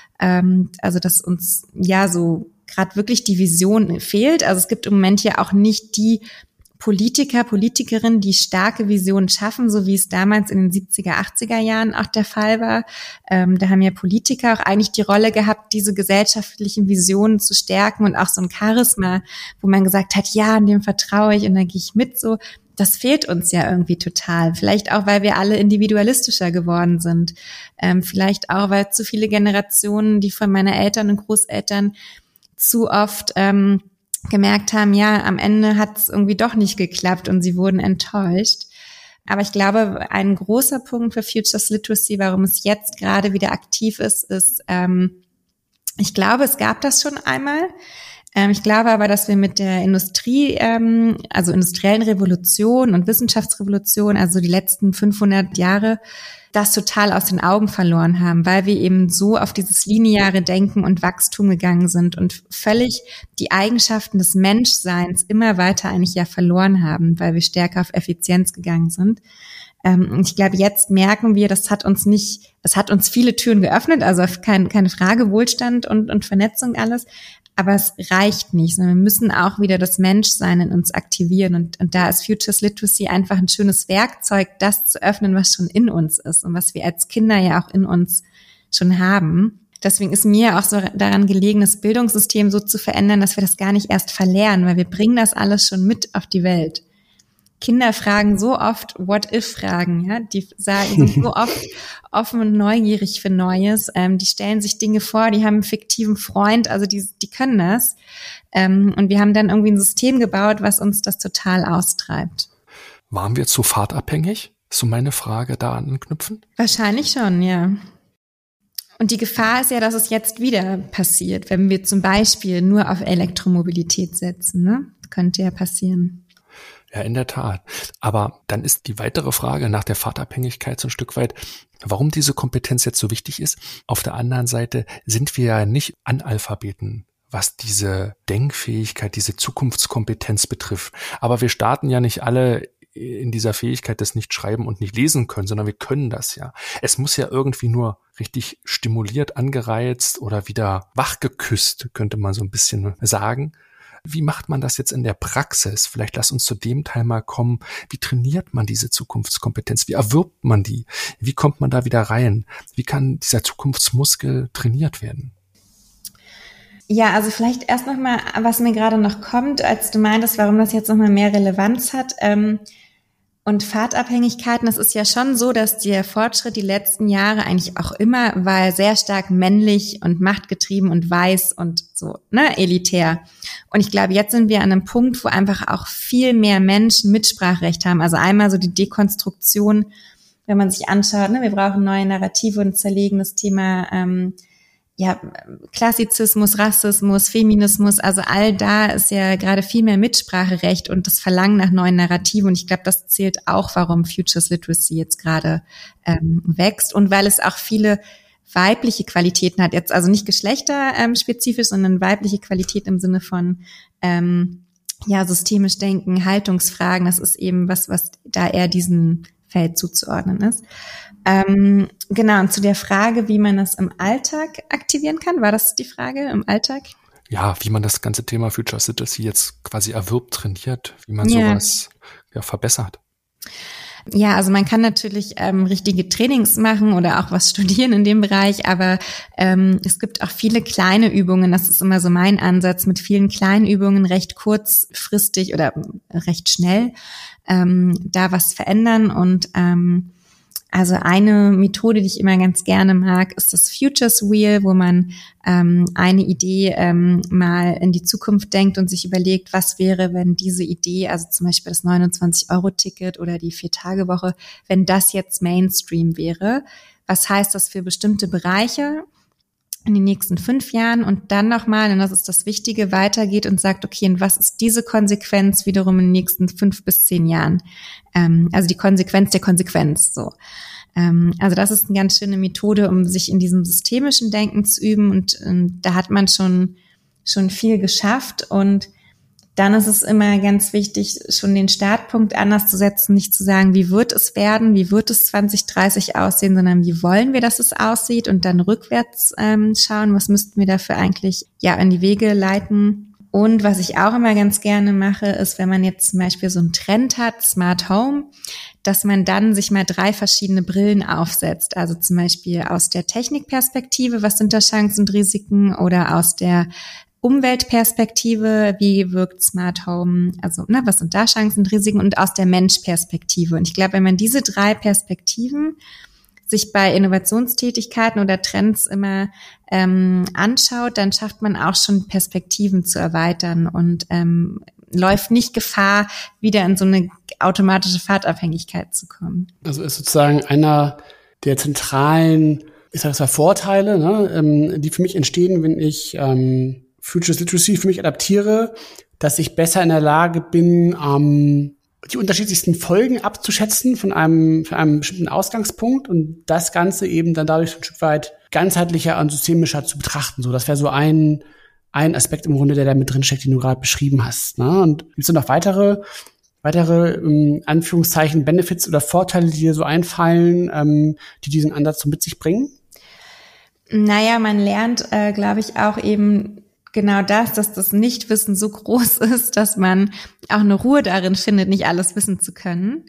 Also dass uns ja so gerade wirklich die Vision fehlt. Also es gibt im Moment ja auch nicht die Politiker, Politikerinnen, die starke Visionen schaffen, so wie es damals in den siebziger, achtziger Jahren auch der Fall war. Ähm, da haben ja Politiker auch eigentlich die Rolle gehabt, diese gesellschaftlichen Visionen zu stärken und auch so ein Charisma, wo man gesagt hat, ja, an dem vertraue ich und da gehe ich mit so. Das fehlt uns ja irgendwie total. Vielleicht auch, weil wir alle individualistischer geworden sind. Ähm, vielleicht auch, weil zu viele Generationen, die von meinen Eltern und Großeltern zu oft ähm, gemerkt haben, ja, am Ende hat es irgendwie doch nicht geklappt und sie wurden enttäuscht. Aber ich glaube, ein großer Punkt für Futures Literacy, warum es jetzt gerade wieder aktiv ist, ist, ähm, ich glaube, es gab das schon einmal. Ich glaube aber, dass wir mit der Industrie, ähm, also industriellen Revolution und Wissenschaftsrevolution, also die letzten fünfhundert Jahre, das total aus den Augen verloren haben, weil wir eben so auf dieses lineare Denken und Wachstum gegangen sind und völlig die Eigenschaften des Menschseins immer weiter eigentlich ja verloren haben, weil wir stärker auf Effizienz gegangen sind. Und ich glaube, jetzt merken wir, das hat uns nicht, das hat uns viele Türen geöffnet, also kein, keine Frage, Wohlstand und, und Vernetzung alles. Aber es reicht nicht, sondern wir müssen auch wieder das Menschsein in uns aktivieren. Und, und da ist Futures Literacy einfach ein schönes Werkzeug, das zu öffnen, was schon in uns ist und was wir als Kinder ja auch in uns schon haben. Deswegen ist mir auch so daran gelegen, das Bildungssystem so zu verändern, dass wir das gar nicht erst verlernen, weil wir bringen das alles schon mit auf die Welt. Kinder fragen so oft What-if-Fragen, ja, die sagen, sind so oft offen und neugierig für Neues, ähm, die stellen sich Dinge vor, die haben einen fiktiven Freund, also die, die können das, ähm, und wir haben dann irgendwie ein System gebaut, was uns das total austreibt. Waren wir zu fahrtabhängig? Ist so meine Frage da anknüpfen? Wahrscheinlich schon, ja. Und die Gefahr ist ja, dass es jetzt wieder passiert, wenn wir zum Beispiel nur auf Elektromobilität setzen, ne? Das könnte ja passieren. Ja, in der Tat. Aber dann ist die weitere Frage nach der Fahrtabhängigkeit so ein Stück weit, warum diese Kompetenz jetzt so wichtig ist. Auf der anderen Seite sind wir ja nicht Analphabeten, was diese Denkfähigkeit, diese Zukunftskompetenz betrifft. Aber wir starten ja nicht alle in dieser Fähigkeit des nicht schreiben und nicht lesen können, sondern wir können das ja. Es muss ja irgendwie nur richtig stimuliert, angereizt oder wieder wachgeküsst, könnte man so ein bisschen sagen. Wie macht man das jetzt in der Praxis? Vielleicht lass uns zu dem Teil mal kommen. Wie trainiert man diese Zukunftskompetenz? Wie erwirbt man die? Wie kommt man da wieder rein? Wie kann dieser Zukunftsmuskel trainiert werden? Ja, also vielleicht erst nochmal, was mir gerade noch kommt, als du meintest, warum das jetzt nochmal mehr Relevanz hat. Ähm, und Fahrtabhängigkeiten, das ist ja schon so, dass der Fortschritt die letzten Jahre eigentlich auch immer war sehr stark männlich und machtgetrieben und weiß und so, ne, elitär. Und ich glaube, jetzt sind wir an einem Punkt, wo einfach auch viel mehr Menschen Mitspracherecht haben. Also einmal so die Dekonstruktion, wenn man sich anschaut, ne, wir brauchen neue Narrative und zerlegen das Thema, ähm, ja, Klassizismus, Rassismus, Feminismus, also all da ist ja gerade viel mehr Mitspracherecht und das Verlangen nach neuen Narrativen. Und ich glaube, das zählt auch, warum Futures Literacy jetzt gerade ähm, wächst und weil es auch viele weibliche Qualitäten hat. Jetzt also nicht geschlechterspezifisch, sondern weibliche Qualität im Sinne von ähm, ja systemisch denken, Haltungsfragen. Das ist eben was, was da eher diesen Feld zuzuordnen ist. Ähm, genau, und zu der Frage, wie man das im Alltag aktivieren kann, war das die Frage im Alltag? Ja, wie man das ganze Thema Future Literacy jetzt quasi erwirbt, trainiert, wie man Ja. sowas ja verbessert. Ja, also man kann natürlich ähm, richtige Trainings machen oder auch was studieren in dem Bereich, aber ähm, es gibt auch viele kleine Übungen. Das ist immer so mein Ansatz, mit vielen kleinen Übungen recht kurzfristig oder recht schnell ähm, da was verändern. Und ähm, also eine Methode, die ich immer ganz gerne mag, ist das Futures Wheel, wo man ähm, eine Idee ähm, mal in die Zukunft denkt und sich überlegt, was wäre, wenn diese Idee, also zum Beispiel das neunundzwanzig-Euro-Ticket oder die Vier-Tage-Woche, wenn das jetzt Mainstream wäre. Was heißt das für bestimmte Bereiche in den nächsten fünf Jahren? Und dann nochmal, und das ist das Wichtige, weitergeht und sagt, okay, und was ist diese Konsequenz wiederum in den nächsten fünf bis zehn Jahren? Ähm, also die Konsequenz der Konsequenz, so. Ähm, also das ist eine ganz schöne Methode, um sich in diesem systemischen Denken zu üben, und, und da hat man schon, schon viel geschafft. Und dann ist es immer ganz wichtig, schon den Startpunkt anders zu setzen, nicht zu sagen, wie wird es werden, wie wird es zwanzig dreißig aussehen, sondern wie wollen wir, dass es aussieht, und dann rückwärts ähm, schauen, was müssten wir dafür eigentlich ja in die Wege leiten. Und was ich auch immer ganz gerne mache, ist, wenn man jetzt zum Beispiel so einen Trend hat, Smart Home, dass man dann sich mal drei verschiedene Brillen aufsetzt. Also zum Beispiel aus der Technikperspektive, was sind da Chancen und Risiken, oder aus der Umweltperspektive, wie wirkt Smart Home, also ne, was sind da Chancen und Risiken, und aus der Menschperspektive. Und ich glaube, wenn man diese drei Perspektiven sich bei Innovationstätigkeiten oder Trends immer ähm, anschaut, dann schafft man auch schon Perspektiven zu erweitern und ähm, läuft nicht Gefahr, wieder in so eine automatische Fahrtabhängigkeit zu kommen. Also ist sozusagen einer der zentralen, ich sage es mal, Vorteile, ne, ähm, die für mich entstehen, wenn ich ähm, Futures Literacy für mich adaptiere, dass ich besser in der Lage bin, ähm, die unterschiedlichsten Folgen abzuschätzen von einem, von einem bestimmten Ausgangspunkt, und das Ganze eben dann dadurch ein Stück weit ganzheitlicher und systemischer zu betrachten. So, das wäre so ein, ein Aspekt im Grunde, der da mit drin steckt, den du gerade beschrieben hast. Ne? Und gibt es noch weitere, weitere, ähm, Anführungszeichen, Benefits oder Vorteile, die dir so einfallen, ähm, die diesen Ansatz so mit sich bringen? Naja, man lernt, äh, glaube ich, auch eben genau das, dass das Nichtwissen so groß ist, dass man auch eine Ruhe darin findet, nicht alles wissen zu können.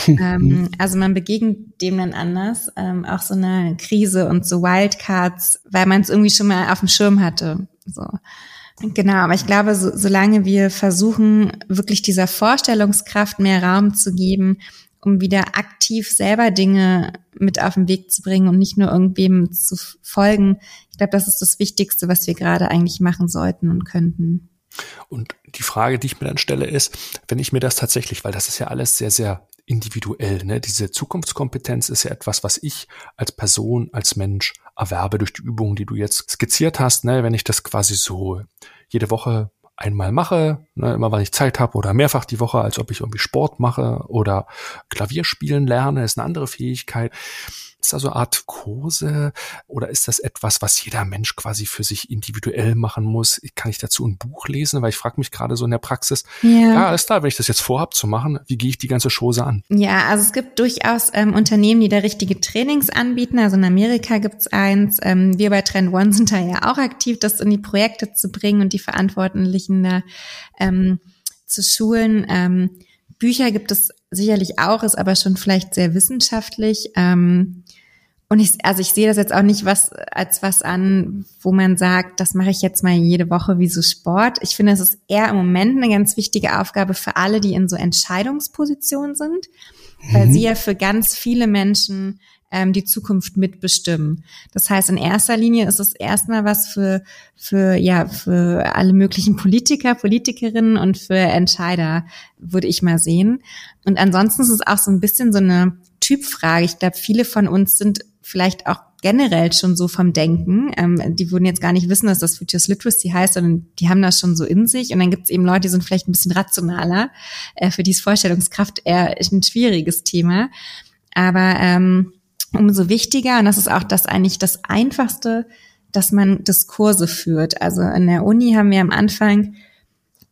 ähm, also man begegnet dem dann anders, ähm, auch so eine Krise und so Wildcards, weil man es irgendwie schon mal auf dem Schirm hatte. So. Genau, aber ich glaube, so, solange wir versuchen, wirklich dieser Vorstellungskraft mehr Raum zu geben, um wieder aktiv selber Dinge mit auf den Weg zu bringen und nicht nur irgendwem zu folgen. Ich glaube, das ist das Wichtigste, was wir gerade eigentlich machen sollten und könnten. Und die Frage, die ich mir dann stelle, ist, wenn ich mir das tatsächlich, weil das ist ja alles sehr, sehr individuell, ne? Diese Zukunftskompetenz ist ja etwas, was ich als Person, als Mensch erwerbe durch die Übungen, die du jetzt skizziert hast, ne? Wenn ich das quasi so jede Woche einmal mache, ne, immer weil ich Zeit habe, oder mehrfach die Woche, als ob ich irgendwie Sport mache oder Klavier spielen lerne, ist eine andere Fähigkeit. Ist das so eine Art Kurse, oder ist das etwas, was jeder Mensch quasi für sich individuell machen muss? Kann ich dazu ein Buch lesen? Weil ich frage mich gerade so in der Praxis, ja, ja ist klar, wenn ich das jetzt vorhabe zu machen, wie gehe ich die ganze Chose an? Ja, also es gibt durchaus ähm, Unternehmen, die da richtige Trainings anbieten. Also in Amerika gibt's eins. Ähm, wir bei Trend One sind da ja auch aktiv, das in die Projekte zu bringen und die Verantwortlichen da ähm, zu schulen. Ähm, Bücher gibt es sicherlich auch, ist aber schon vielleicht sehr wissenschaftlich. Ähm, und ich, also ich sehe das jetzt auch nicht was als was an, wo man sagt, das mache ich jetzt mal jede Woche wie so Sport. Ich finde, es ist eher im Moment eine ganz wichtige Aufgabe für alle, die in so Entscheidungspositionen sind, mhm. weil sie ja für ganz viele Menschen ähm, die Zukunft mitbestimmen. Das heißt, in erster Linie ist es erstmal was für für ja für alle möglichen Politiker, Politikerinnen und für Entscheider, würde ich mal sehen. Und ansonsten ist es auch so ein bisschen so eine Typfrage. Ich glaube, viele von uns sind vielleicht auch generell schon so vom Denken. Ähm, die würden jetzt gar nicht wissen, dass das Futures Literacy heißt, sondern die haben das schon so in sich. Und dann gibt es eben Leute, die sind vielleicht ein bisschen rationaler. Äh, für die ist Vorstellungskraft eher ein schwieriges Thema. Aber ähm, umso wichtiger, und das ist auch das eigentlich das Einfachste, dass man Diskurse führt. Also in der Uni haben wir am Anfang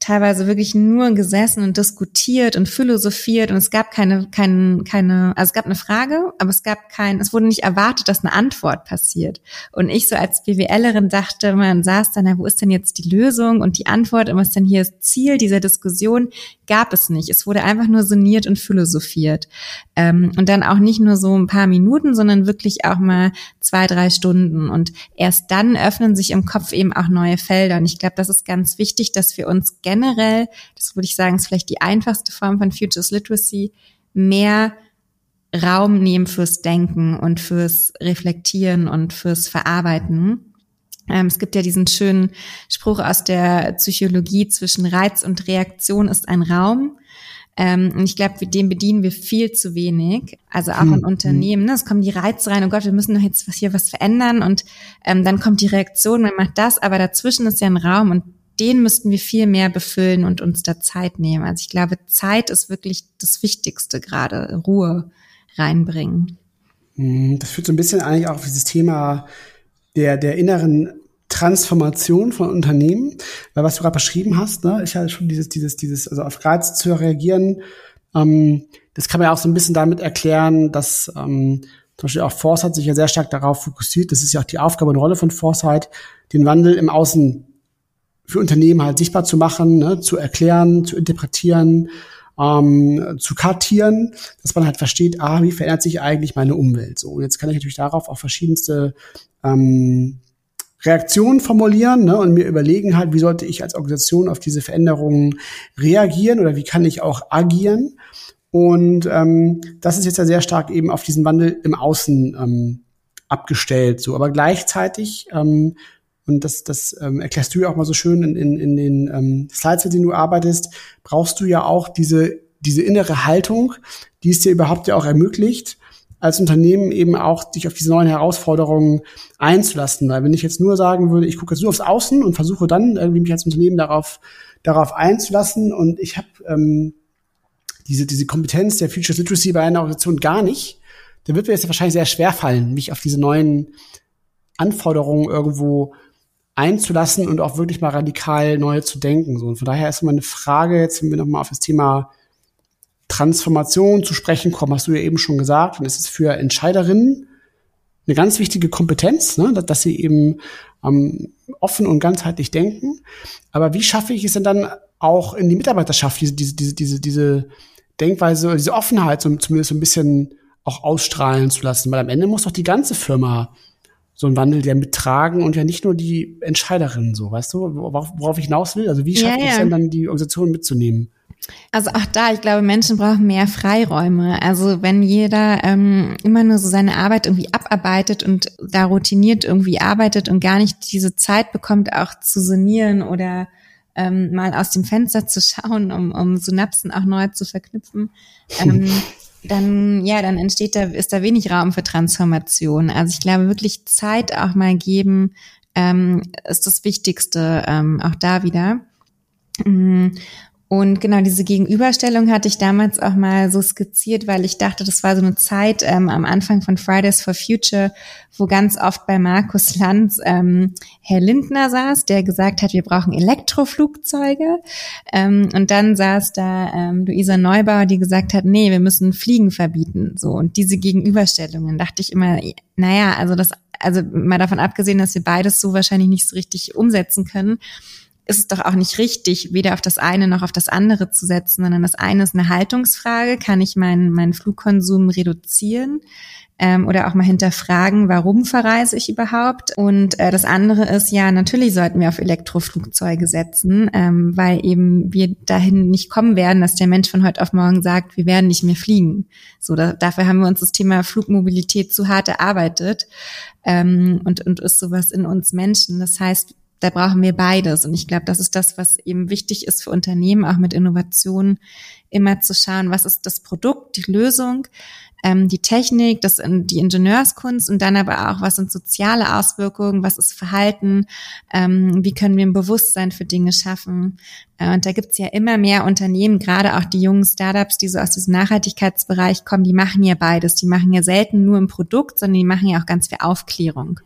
teilweise wirklich nur gesessen und diskutiert und philosophiert und es gab keine, keine, keine, also es gab eine Frage, aber es gab kein, es wurde nicht erwartet, dass eine Antwort passiert. Und ich so als BWLerin dachte, man saß dann, na, wo ist denn jetzt die Lösung und die Antwort und was ist denn hier das Ziel dieser Diskussion? Gab es nicht. Es wurde einfach nur sinniert und philosophiert. Ähm, und dann auch nicht nur so ein paar Minuten, sondern wirklich auch mal zwei, drei Stunden. Und erst dann öffnen sich im Kopf eben auch neue Felder. Und ich glaube, das ist ganz wichtig, dass wir uns generell, das würde ich sagen, ist vielleicht die einfachste Form von Futures Literacy, mehr Raum nehmen fürs Denken und fürs Reflektieren und fürs Verarbeiten. Ähm, es gibt ja diesen schönen Spruch aus der Psychologie, zwischen Reiz und Reaktion ist ein Raum. Ähm, und ich glaube, dem bedienen wir viel zu wenig. Also auch hm. in Unternehmen. Ne? Es kommen die Reize rein, oh Gott, wir müssen doch jetzt hier was verändern. Und ähm, dann kommt die Reaktion, man macht das. Aber dazwischen ist ja ein Raum und den müssten wir viel mehr befüllen und uns da Zeit nehmen. Also ich glaube, Zeit ist wirklich das Wichtigste gerade. Ruhe reinbringen. Das führt so ein bisschen eigentlich auch auf dieses Thema der, der inneren Transformation von Unternehmen, weil was du gerade beschrieben hast, ne, ist ja schon dieses, dieses, dieses, also auf Reiz zu reagieren, ähm, das kann man ja auch so ein bisschen damit erklären, dass ähm, zum Beispiel auch Foresight sich ja sehr stark darauf fokussiert, das ist ja auch die Aufgabe und Rolle von Foresight, den Wandel im Außen für Unternehmen halt sichtbar zu machen, ne, zu erklären, zu interpretieren, ähm, zu kartieren, dass man halt versteht, ah, wie verändert sich eigentlich meine Umwelt? So, und jetzt kann ich natürlich darauf auch verschiedenste ähm, Reaktionen formulieren, ne, und mir überlegen halt, wie sollte ich als Organisation auf diese Veränderungen reagieren oder wie kann ich auch agieren? Und ähm, das ist jetzt ja sehr stark eben auf diesen Wandel im Außen ähm, abgestellt. So, aber gleichzeitig ähm, und das, das ähm, erklärst du ja auch mal so schön in, in, in den ähm, Slides, mit denen du arbeitest, brauchst du ja auch diese, diese innere Haltung, die es dir überhaupt ja auch ermöglicht, als Unternehmen eben auch dich auf diese neuen Herausforderungen einzulassen. Weil wenn ich jetzt nur sagen würde, ich gucke jetzt nur aufs Außen und versuche dann irgendwie mich als Unternehmen darauf, darauf einzulassen und ich habe ähm, diese, diese Kompetenz der Futures Literacy bei einer Organisation gar nicht, dann wird mir jetzt wahrscheinlich sehr schwer fallen, mich auf diese neuen Anforderungen irgendwo einzulassen und auch wirklich mal radikal neu zu denken. So, und von daher ist immer eine Frage, jetzt wenn wir nochmal auf das Thema Transformation zu sprechen kommen, hast du ja eben schon gesagt, und es ist für Entscheiderinnen eine ganz wichtige Kompetenz, ne, dass sie eben ähm, offen und ganzheitlich denken. Aber wie schaffe ich es denn dann auch in die Mitarbeiterschaft, diese, diese, diese, diese, diese Denkweise oder diese Offenheit so, zumindest so ein bisschen auch ausstrahlen zu lassen? Weil am Ende muss doch die ganze Firma so einen Wandel ja mittragen und ja nicht nur die Entscheiderinnen, so, weißt du, worauf ich hinaus will? Also wie schaffe ja, ja. ich es denn dann, die Organisation mitzunehmen? Also auch da, ich glaube, Menschen brauchen mehr Freiräume. Also wenn jeder ähm, immer nur so seine Arbeit irgendwie abarbeitet und da routiniert irgendwie arbeitet und gar nicht diese Zeit bekommt, auch zu sinnieren oder ähm, mal aus dem Fenster zu schauen, um, um Synapsen auch neu zu verknüpfen, ähm, dann, ja, dann entsteht da, ist da wenig Raum für Transformation. Also ich glaube, wirklich Zeit auch mal geben, ähm, ist das Wichtigste, ähm, auch da wieder. Und genau diese Gegenüberstellung hatte ich damals auch mal so skizziert, weil ich dachte, das war so eine Zeit ähm, am Anfang von Fridays for Future, wo ganz oft bei Markus Lanz ähm, Herr Lindner saß, der gesagt hat, wir brauchen Elektroflugzeuge. Ähm, und dann saß da ähm, Luisa Neubauer, die gesagt hat, nee, wir müssen Fliegen verbieten. So, und diese Gegenüberstellungen dachte ich immer, naja, also das, also mal davon abgesehen, dass wir beides so wahrscheinlich nicht so richtig umsetzen können, ist es doch auch nicht richtig, weder auf das eine noch auf das andere zu setzen, sondern das eine ist eine Haltungsfrage, kann ich meinen meinen Flugkonsum reduzieren ähm, oder auch mal hinterfragen, warum verreise ich überhaupt? Und äh, das andere ist, ja, natürlich sollten wir auf Elektroflugzeuge setzen, ähm, weil eben wir dahin nicht kommen werden, dass der Mensch von heute auf morgen sagt, wir werden nicht mehr fliegen. So, da, dafür haben wir uns das Thema Flugmobilität zu hart erarbeitet ähm, und und ist sowas in uns Menschen. Das heißt, da brauchen wir beides. Und ich glaube, das ist das, was eben wichtig ist für Unternehmen, auch mit Innovationen, immer zu schauen, was ist das Produkt, die Lösung, ähm, die Technik, das, die Ingenieurskunst und dann aber auch, was sind soziale Auswirkungen, was ist Verhalten, ähm, wie können wir ein Bewusstsein für Dinge schaffen. Äh, und da gibt's ja immer mehr Unternehmen, gerade auch die jungen Startups, die so aus diesem Nachhaltigkeitsbereich kommen, die machen ja beides. Die machen ja selten nur ein Produkt, sondern die machen ja auch ganz viel Aufklärung.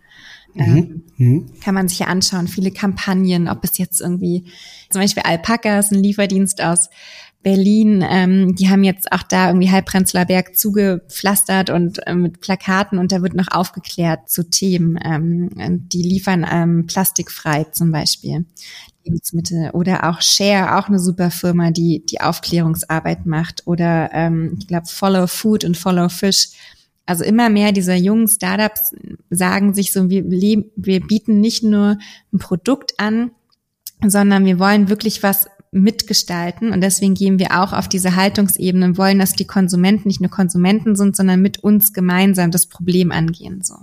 Mhm. Mhm. Kann man sich ja anschauen, viele Kampagnen, ob es jetzt irgendwie, zum Beispiel Alpaka ist ein Lieferdienst aus Berlin, ähm, die haben jetzt auch da irgendwie Halbprenzler Berg zugepflastert und äh, mit Plakaten und da wird noch aufgeklärt zu Themen. Ähm, die liefern ähm, plastikfrei zum Beispiel Lebensmittel oder auch Share, auch eine super Firma, die die Aufklärungsarbeit macht oder ähm, ich glaube Follow Food und Follow Fish. Also immer mehr dieser jungen Startups sagen sich so, wir, wir bieten nicht nur ein Produkt an, sondern wir wollen wirklich was mitgestalten und deswegen gehen wir auch auf diese Haltungsebene und wollen, dass die Konsumenten nicht nur Konsumenten sind, sondern mit uns gemeinsam das Problem angehen, so.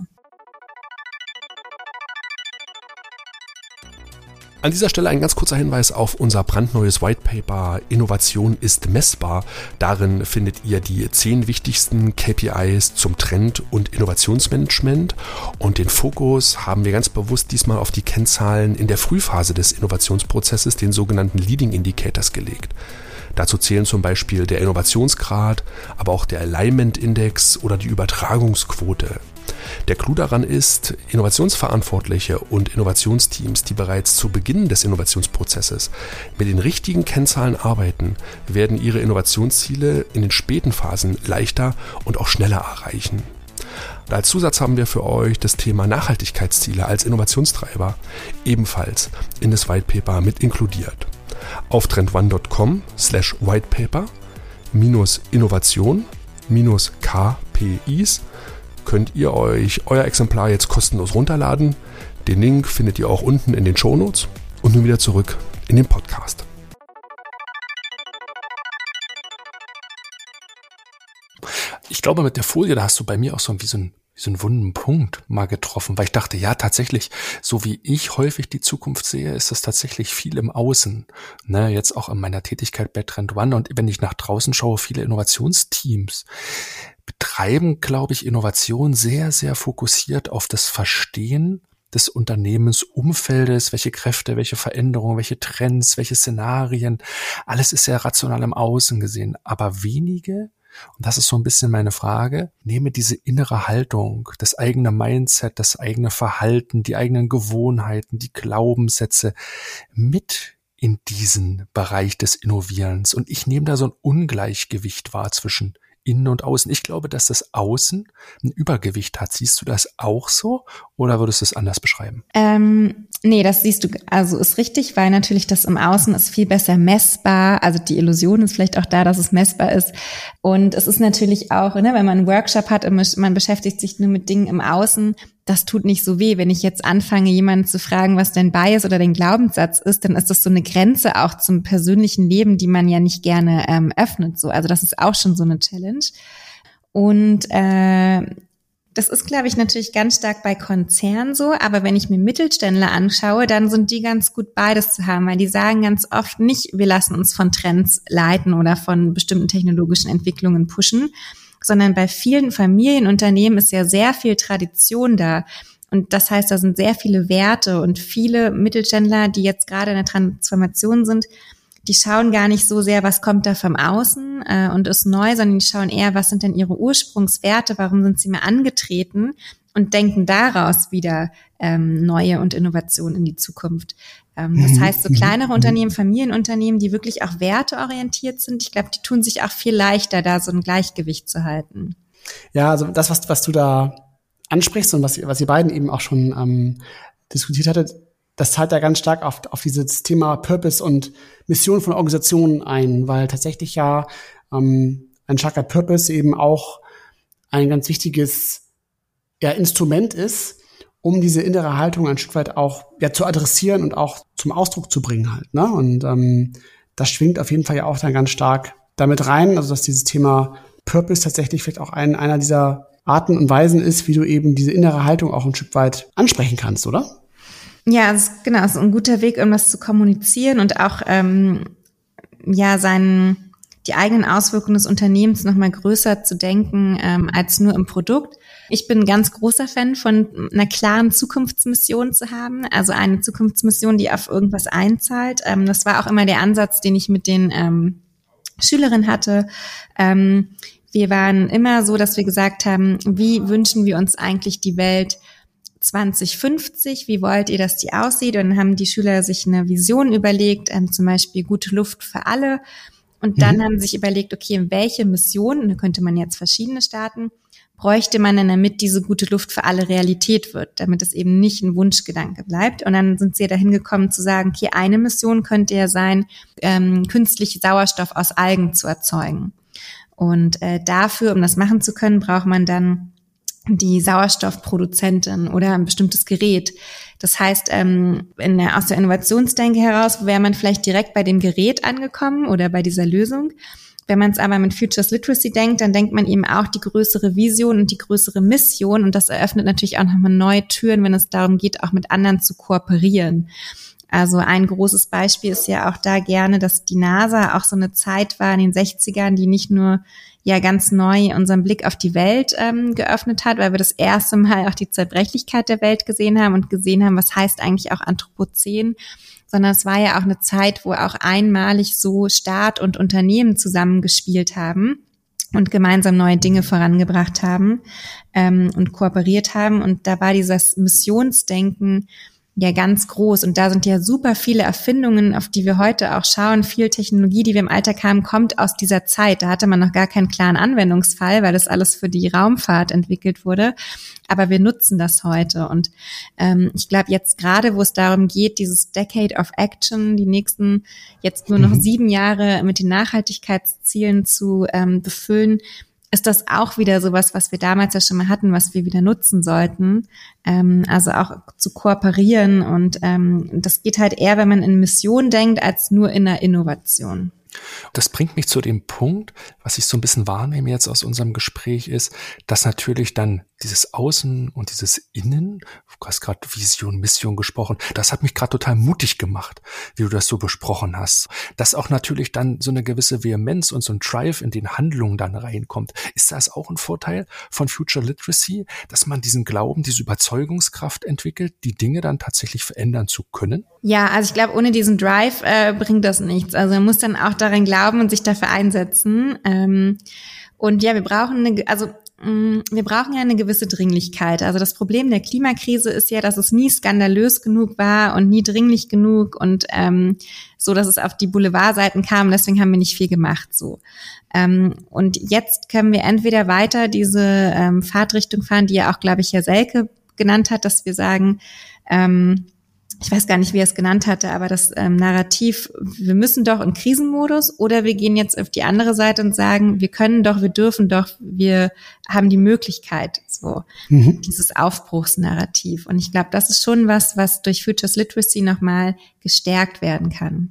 An dieser Stelle ein ganz kurzer Hinweis auf unser brandneues White Paper Innovation ist messbar. Darin findet ihr die zehn wichtigsten K P Is zum Trend- und Innovationsmanagement und den Fokus haben wir ganz bewusst diesmal auf die Kennzahlen in der Frühphase des Innovationsprozesses, den sogenannten Leading Indicators, gelegt. Dazu zählen zum Beispiel der Innovationsgrad, aber auch der Alignment Index oder die Übertragungsquote. Der Clou daran ist, Innovationsverantwortliche und Innovationsteams, die bereits zu Beginn des Innovationsprozesses mit den richtigen Kennzahlen arbeiten, werden ihre Innovationsziele in den späten Phasen leichter und auch schneller erreichen. Als Zusatz haben wir für euch das Thema Nachhaltigkeitsziele als Innovationstreiber ebenfalls in das Whitepaper mit inkludiert. Auf trendone.com slash whitepaper minus Innovation minus K P Is könnt ihr euch euer Exemplar jetzt kostenlos runterladen. Den Link findet ihr auch unten in den Shownotes. Und nun wieder zurück in den Podcast. Ich glaube, mit der Folie, da hast du bei mir auch so wie so ein so einen wunden Punkt mal getroffen, weil ich dachte, ja, tatsächlich, so wie ich häufig die Zukunft sehe, ist das tatsächlich viel im Außen. Ne, jetzt auch in meiner Tätigkeit bei Trend One und wenn ich nach draußen schaue, viele Innovationsteams betreiben, glaube ich, Innovation sehr, sehr fokussiert auf das Verstehen des Unternehmensumfeldes, welche Kräfte, welche Veränderungen, welche Trends, welche Szenarien, alles ist sehr rational im Außen gesehen, aber wenige, und das ist so ein bisschen meine Frage, nehme diese innere Haltung, das eigene Mindset, das eigene Verhalten, die eigenen Gewohnheiten, die Glaubenssätze mit in diesen Bereich des Innovierens. Und ich nehme da so ein Ungleichgewicht wahr zwischen Innen und Außen. Ich glaube, dass das Außen ein Übergewicht hat. Siehst du das auch so oder würdest du es anders beschreiben? Ähm, nee, das siehst du, also ist richtig, weil natürlich das im Außen ist viel besser messbar. Also die Illusion ist vielleicht auch da, dass es messbar ist. Und es ist natürlich auch, ne, wenn man einen Workshop hat und man beschäftigt sich nur mit Dingen im Außen, das tut nicht so weh. Wenn ich jetzt anfange, jemanden zu fragen, was dein Bias oder dein Glaubenssatz ist, dann ist das so eine Grenze auch zum persönlichen Leben, die man ja nicht gerne ähm, öffnet. So, also das ist auch schon so eine Challenge. Und äh, das ist, glaube ich, natürlich ganz stark bei Konzernen so. Aber wenn ich mir Mittelständler anschaue, dann sind die ganz gut beides zu haben, weil die sagen ganz oft nicht, wir lassen uns von Trends leiten oder von bestimmten technologischen Entwicklungen pushen, sondern bei vielen Familienunternehmen ist ja sehr viel Tradition da. Und das heißt, da sind sehr viele Werte und viele Mittelständler, die jetzt gerade in der Transformation sind, die schauen gar nicht so sehr, was kommt da vom Außen äh, und ist neu, sondern die schauen eher, was sind denn ihre Ursprungswerte, warum sind sie mir angetreten und denken daraus wieder ähm, neue und Innovationen in die Zukunft. Ähm, das heißt, so kleinere Unternehmen, Familienunternehmen, die wirklich auch werteorientiert sind, ich glaube, die tun sich auch viel leichter, da so ein Gleichgewicht zu halten. Ja, also das, was, was du da ansprichst und was, was ihr beiden eben auch schon ähm, diskutiert hattet, das zahlt ja ganz stark auf, auf dieses Thema Purpose und Mission von Organisationen ein, weil tatsächlich ja ähm, ein starker Purpose eben auch ein ganz wichtiges ja, Instrument ist, um diese innere Haltung ein Stück weit auch ja zu adressieren und auch zum Ausdruck zu bringen halt. Ne? Und ähm, das schwingt auf jeden Fall ja auch dann ganz stark damit rein, also dass dieses Thema Purpose tatsächlich vielleicht auch ein, einer dieser Arten und Weisen ist, wie du eben diese innere Haltung auch ein Stück weit ansprechen kannst, oder? Ja, es ist, genau, es ist ein guter Weg, um das zu kommunizieren und auch ähm, ja seinen die eigenen Auswirkungen des Unternehmens noch mal größer zu denken ähm, als nur im Produkt. Ich bin ein ganz großer Fan von einer klaren Zukunftsmission zu haben, also eine Zukunftsmission, die auf irgendwas einzahlt. Ähm, das war auch immer der Ansatz, den ich mit den ähm, Schülerinnen hatte. Ähm, wir waren immer so, dass wir gesagt haben, wie wünschen wir uns eigentlich die Welt zwanzig fünfzig, wie wollt ihr, dass die aussieht? Und dann haben die Schüler sich eine Vision überlegt, ähm, zum Beispiel gute Luft für alle. Und dann mhm. haben sie sich überlegt, okay, welche Mission, da könnte man jetzt verschiedene starten, bräuchte man denn, damit diese gute Luft für alle Realität wird, damit es eben nicht ein Wunschgedanke bleibt. Und dann sind sie dahin gekommen zu sagen, okay, eine Mission könnte ja sein, ähm, künstlich Sauerstoff aus Algen zu erzeugen. Und äh, dafür, um das machen zu können, braucht man dann die Sauerstoffproduzentin oder ein bestimmtes Gerät. Das heißt, ähm, in der, aus der Innovationsdenke heraus wäre man vielleicht direkt bei dem Gerät angekommen oder bei dieser Lösung. Wenn man es aber mit Futures Literacy denkt, dann denkt man eben auch die größere Vision und die größere Mission. Und das eröffnet natürlich auch nochmal neue Türen, wenn es darum geht, auch mit anderen zu kooperieren. Also ein großes Beispiel ist ja auch da gerne, dass die NASA auch so eine Zeit war in den sechzigern, die nicht nur ja ganz neu unseren Blick auf die Welt ähm, geöffnet hat, weil wir das erste Mal auch die Zerbrechlichkeit der Welt gesehen haben und gesehen haben, was heißt eigentlich auch Anthropozän, sondern es war ja auch eine Zeit, wo auch einmalig so Staat und Unternehmen zusammengespielt haben und gemeinsam neue Dinge vorangebracht haben ähm, und kooperiert haben. Und da war dieses Missionsdenken ja ganz groß. Und da sind ja super viele Erfindungen, auf die wir heute auch schauen. Viel Technologie, die wir im Alltag haben, kommt aus dieser Zeit. Da hatte man noch gar keinen klaren Anwendungsfall, weil das alles für die Raumfahrt entwickelt wurde. Aber wir nutzen das heute. Und ähm, ich glaube jetzt gerade, wo es darum geht, dieses Decade of Action, die nächsten jetzt nur noch mhm. sieben Jahre mit den Nachhaltigkeitszielen zu ähm, befüllen, ist das auch wieder sowas, was wir damals ja schon mal hatten, was wir wieder nutzen sollten. Ähm, also auch zu kooperieren. Und ähm, das geht halt eher, wenn man in Mission denkt, als nur in der Innovation. Das bringt mich zu dem Punkt, was ich so ein bisschen wahrnehme jetzt aus unserem Gespräch ist, dass natürlich dann dieses Außen und dieses Innen, du hast gerade Vision, Mission gesprochen, das hat mich gerade total mutig gemacht, wie du das so besprochen hast. Dass auch natürlich dann so eine gewisse Vehemenz und so ein Drive in den Handlungen dann reinkommt. Ist das auch ein Vorteil von Future Literacy, dass man diesen Glauben, diese Überzeugungskraft entwickelt, die Dinge dann tatsächlich verändern zu können? Ja, also ich glaube, ohne diesen Drive äh, bringt das nichts. Also man muss dann auch daran glauben und sich dafür einsetzen. Ähm, und ja, wir brauchen eine, also mh, wir brauchen ja eine gewisse Dringlichkeit. Also das Problem der Klimakrise ist ja, dass es nie skandalös genug war und nie dringlich genug und ähm, so, dass es auf die Boulevardseiten kam. Deswegen haben wir nicht viel gemacht. So. Ähm, und jetzt können wir entweder weiter diese ähm, Fahrtrichtung fahren, die ja auch, glaube ich, Herr Selke genannt hat, dass wir sagen, ähm, ich weiß gar nicht, wie er es genannt hatte, aber das ähm, Narrativ, wir müssen doch in Krisenmodus, oder wir gehen jetzt auf die andere Seite und sagen, wir können doch, wir dürfen doch, wir haben die Möglichkeit, so mhm. dieses Aufbruchsnarrativ. Und ich glaube, das ist schon was, was durch Futures Literacy nochmal gestärkt werden kann.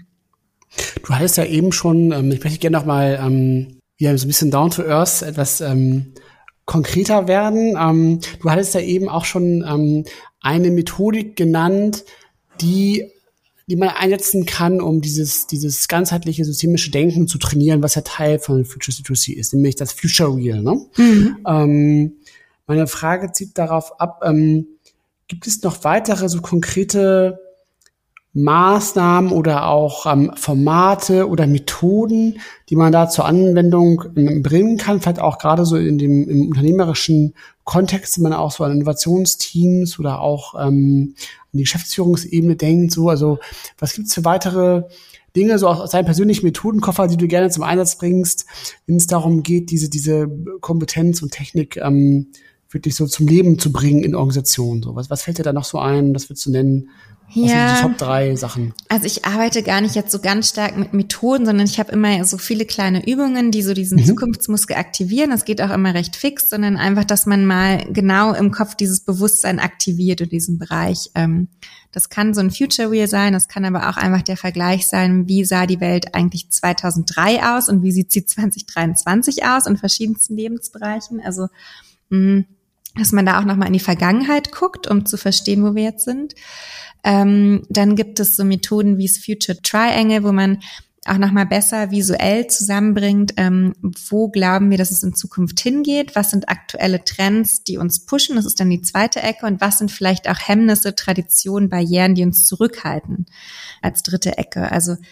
Du hattest ja eben schon, ähm, ich möchte gerne nochmal ähm, ja, so ein bisschen down to earth etwas ähm, konkreter werden. Ähm, du hattest ja eben auch schon ähm, eine Methodik genannt, die, die man einsetzen kann, um dieses, dieses ganzheitliche systemische Denken zu trainieren, was ja Teil von Futures Literacy ist, nämlich das Future Wheel. Ne? Mhm. Ähm, meine Frage zieht darauf ab, ähm, gibt es noch weitere so konkrete Maßnahmen oder auch ähm, Formate oder Methoden, die man da zur Anwendung ähm, bringen kann, vielleicht auch gerade so in dem im unternehmerischen Kontext, wenn man auch so an Innovationsteams oder auch ähm, an die Geschäftsführungsebene denkt, so, also was gibt's für weitere Dinge so aus, aus deinem persönlichen Methodenkoffer, die du gerne zum Einsatz bringst, wenn es darum geht, diese diese Kompetenz und Technik ähm, wirklich so zum Leben zu bringen in Organisationen, so, was was fällt dir da noch so ein, das würdest du nennen? Was ja, sind die Top drei Sachen? Also ich arbeite gar nicht jetzt so ganz stark mit Methoden, sondern ich habe immer so viele kleine Übungen, die so diesen mhm. Zukunftsmuskel aktivieren. Das geht auch immer recht fix, sondern einfach, dass man mal genau im Kopf dieses Bewusstsein aktiviert in diesem Bereich. Das kann so ein Future Wheel sein, das kann aber auch einfach der Vergleich sein, wie sah die Welt eigentlich zweitausenddrei aus und wie sieht sie zwanzig dreiundzwanzig aus in verschiedensten Lebensbereichen. Also dass man da auch nochmal in die Vergangenheit guckt, um zu verstehen, wo wir jetzt sind. Ähm, dann gibt es so Methoden wie das Future Triangle, wo man auch nochmal besser visuell zusammenbringt, ähm, wo glauben wir, dass es in Zukunft hingeht, was sind aktuelle Trends, die uns pushen, das ist dann die zweite Ecke, und was sind vielleicht auch Hemmnisse, Traditionen, Barrieren, die uns zurückhalten als dritte Ecke. Also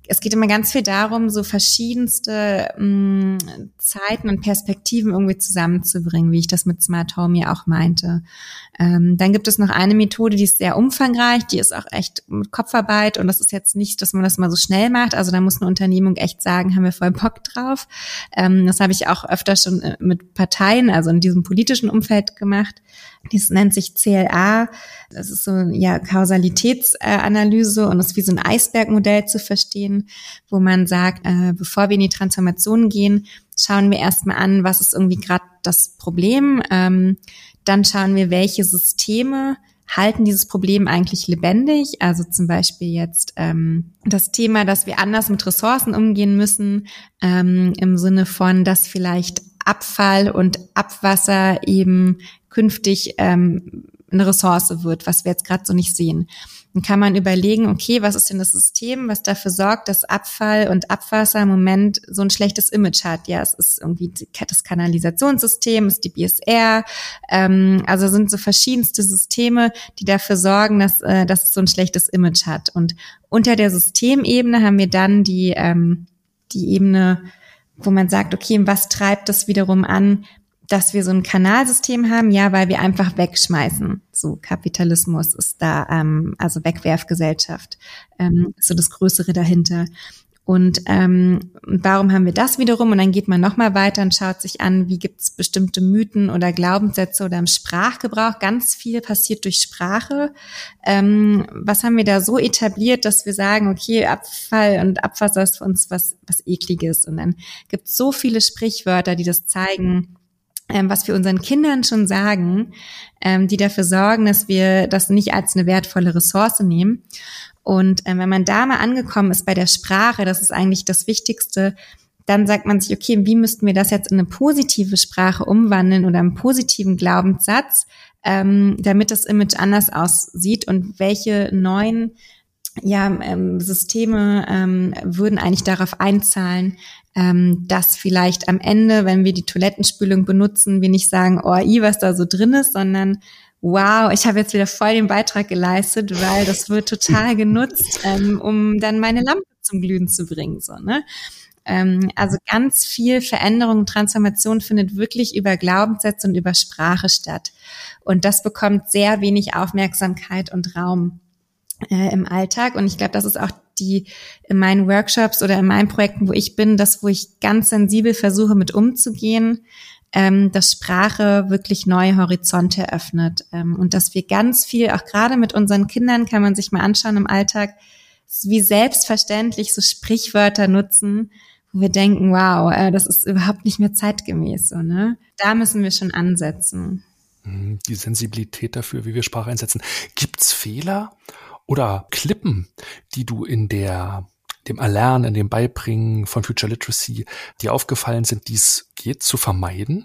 es geht immer ganz viel darum, so verschiedenste mh, Zeiten und Perspektiven irgendwie zusammenzubringen, wie ich das mit Smart Home ja auch meinte. Ähm, dann gibt es noch eine Methode, die ist sehr umfangreich, die ist auch echt mit Kopfarbeit und das ist jetzt nicht, dass man das mal so schnell macht. Also da muss eine Unternehmung echt sagen, haben wir voll Bock drauf. Ähm, das habe ich auch öfter schon mit Parteien, also in diesem politischen Umfeld gemacht. Das nennt sich C L A. Das ist so ja Kausalitätsanalyse und ist wie so ein Eisbergmodell zu verstehen, wo man sagt, äh, bevor wir in die Transformation gehen, schauen wir erstmal an, was ist irgendwie gerade das Problem. Ähm, dann schauen wir, welche Systeme halten dieses Problem eigentlich lebendig. Also zum Beispiel jetzt ähm, das Thema, dass wir anders mit Ressourcen umgehen müssen, ähm, im Sinne von, dass vielleicht Abfall und Abwasser eben künftig ähm, eine Ressource wird, was wir jetzt gerade so nicht sehen. Dann kann man überlegen, okay, was ist denn das System, was dafür sorgt, dass Abfall und Abwasser im Moment so ein schlechtes Image hat? Ja, es ist irgendwie das Kanalisationssystem, es ist die B S R, ähm, also sind so verschiedenste Systeme, die dafür sorgen, dass, äh, dass es so ein schlechtes Image hat. Und unter der Systemebene haben wir dann die, ähm, die Ebene, wo man sagt, okay, was treibt das wiederum an, dass wir so ein Kanalsystem haben, ja, weil wir einfach wegschmeißen. So Kapitalismus ist da, ähm, also Wegwerfgesellschaft, ähm, ist so das Größere dahinter. Und ähm, warum haben wir das wiederum? Und dann geht man nochmal weiter und schaut sich an, wie gibt es bestimmte Mythen oder Glaubenssätze oder im Sprachgebrauch. Ganz viel passiert durch Sprache. Ähm, was haben wir da so etabliert, dass wir sagen, okay, Abfall und Abwasser ist für uns was, was Ekliges. Und dann gibt es so viele Sprichwörter, die das zeigen, Ähm, was wir unseren Kindern schon sagen, ähm, die dafür sorgen, dass wir das nicht als eine wertvolle Ressource nehmen. Und ähm, wenn man da mal angekommen ist bei der Sprache, das ist eigentlich das Wichtigste, dann sagt man sich, okay, wie müssten wir das jetzt in eine positive Sprache umwandeln oder einen positiven Glaubenssatz, ähm, damit das Image anders aussieht und welche neuen ja, ähm, Systeme ähm, würden eigentlich darauf einzahlen, ähm, dass vielleicht am Ende, wenn wir die Toilettenspülung benutzen, wir nicht sagen, oh, i, was da so drin ist, sondern wow, ich habe jetzt wieder voll den Beitrag geleistet, weil das wird total genutzt, ähm, um dann meine Lampe zum Glühen zu bringen, so, ne? Ähm, also ganz viel Veränderung und Transformation findet wirklich über Glaubenssätze und über Sprache statt. Und das bekommt sehr wenig Aufmerksamkeit und Raum Äh, im Alltag. Und ich glaube, das ist auch die in meinen Workshops oder in meinen Projekten, wo ich bin, das, wo ich ganz sensibel versuche, mit umzugehen, ähm, dass Sprache wirklich neue Horizonte eröffnet. Ähm, und dass wir ganz viel, auch gerade mit unseren Kindern, kann man sich mal anschauen im Alltag, wie selbstverständlich so Sprichwörter nutzen, wo wir denken, wow, äh, das ist überhaupt nicht mehr zeitgemäß. So, ne? Da müssen wir schon ansetzen. Die Sensibilität dafür, wie wir Sprache einsetzen. Gibt's Fehler oder Klippen, die du in der, dem Erlernen, in dem Beibringen von Future Literacy dir aufgefallen sind, die es geht zu vermeiden?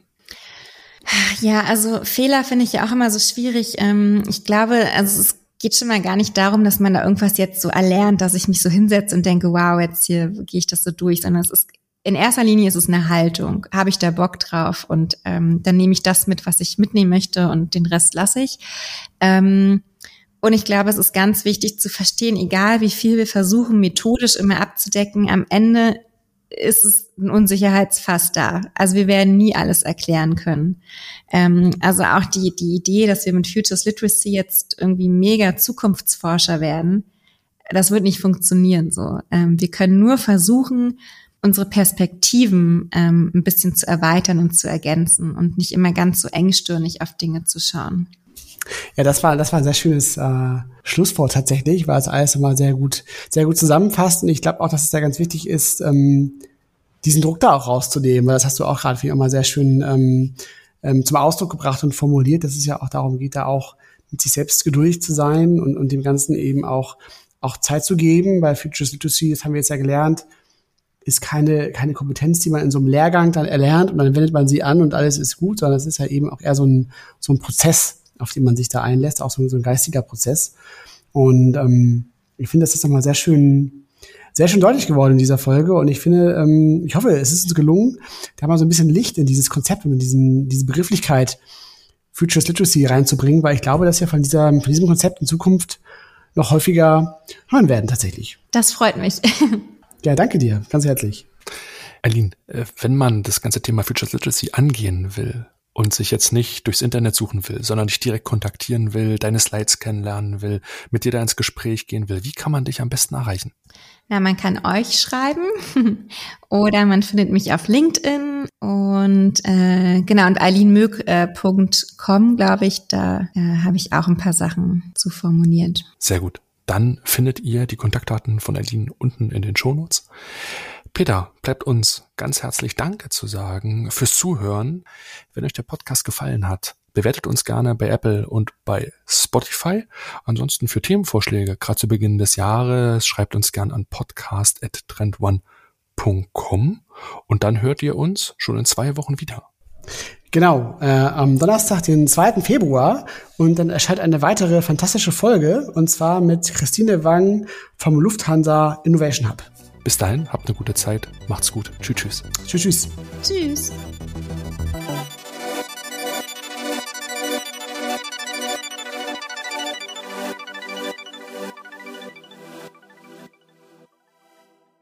Ja, also Fehler finde ich ja auch immer so schwierig. Ich glaube, also es geht schon mal gar nicht darum, dass man da irgendwas jetzt so erlernt, dass ich mich so hinsetze und denke, wow, jetzt hier gehe ich das so durch, sondern es ist in erster Linie ist es eine Haltung. Habe ich da Bock drauf? Und ähm, dann nehme ich das mit, was ich mitnehmen möchte und den Rest lasse ich. Ähm, Und ich glaube, es ist ganz wichtig zu verstehen, egal wie viel wir versuchen, methodisch immer abzudecken, am Ende ist es ein Unsicherheitsfass da. Also wir werden nie alles erklären können. Ähm, also auch die, die Idee, dass wir mit Futures Literacy jetzt irgendwie mega Zukunftsforscher werden, das wird nicht funktionieren so. Ähm, wir können nur versuchen, unsere Perspektiven ähm, ein bisschen zu erweitern und zu ergänzen und nicht immer ganz so engstirnig auf Dinge zu schauen. Ja, das war das war ein sehr schönes äh, Schlusswort tatsächlich, weil es alles immer sehr gut sehr gut zusammenfasst. Und ich glaube auch, dass es da ganz wichtig ist, ähm, diesen Druck da auch rauszunehmen, weil das hast du auch gerade immer sehr schön ähm, ähm, zum Ausdruck gebracht und formuliert, dass es ja auch darum geht, da auch mit sich selbst geduldig zu sein und, und dem Ganzen eben auch auch Zeit zu geben. Bei Futures Literacy, das haben wir jetzt ja gelernt, ist keine keine Kompetenz, die man in so einem Lehrgang dann erlernt und dann wendet man sie an und alles ist gut, sondern es ist ja eben auch eher so ein so ein Prozess, auf den man sich da einlässt, auch so, so ein geistiger Prozess. Und ähm, ich finde, das ist nochmal sehr schön, sehr schön deutlich geworden in dieser Folge. Und ich finde, ähm, ich hoffe, es ist uns gelungen, da mal so ein bisschen Licht in dieses Konzept und in diesen, diese Begrifflichkeit Futures Literacy reinzubringen, weil ich glaube, dass wir von dieser, von diesem Konzept in Zukunft noch häufiger hören werden tatsächlich. Das freut mich. Ja, danke dir, ganz herzlich. Aline, wenn man das ganze Thema Futures Literacy angehen will und sich jetzt nicht durchs Internet suchen will, sondern dich direkt kontaktieren will, deine Slides kennenlernen will, mit dir da ins Gespräch gehen will, wie kann man dich am besten erreichen? Na, man kann euch schreiben oder man findet mich auf LinkedIn und äh, genau, und eileen punkt com, glaube ich, da äh, habe ich auch ein paar Sachen zu formuliert. Sehr gut. Dann findet ihr die Kontaktdaten von Aline unten in den Shownotes. Peter, bleibt uns ganz herzlich Danke zu sagen fürs Zuhören. Wenn euch der Podcast gefallen hat, bewertet uns gerne bei Apple und bei Spotify. Ansonsten für Themenvorschläge, gerade zu Beginn des Jahres, schreibt uns gerne an podcast at trend one punkt com und dann hört ihr uns schon in zwei Wochen wieder. Genau, äh, am Donnerstag, den zweiten Februar, und dann erscheint eine weitere fantastische Folge, und zwar mit Christine Wang vom Lufthansa Innovation Hub. Bis dahin, habt eine gute Zeit, macht's gut. Tschüss, tschüss. Tschüss, tschüss. Tschüss.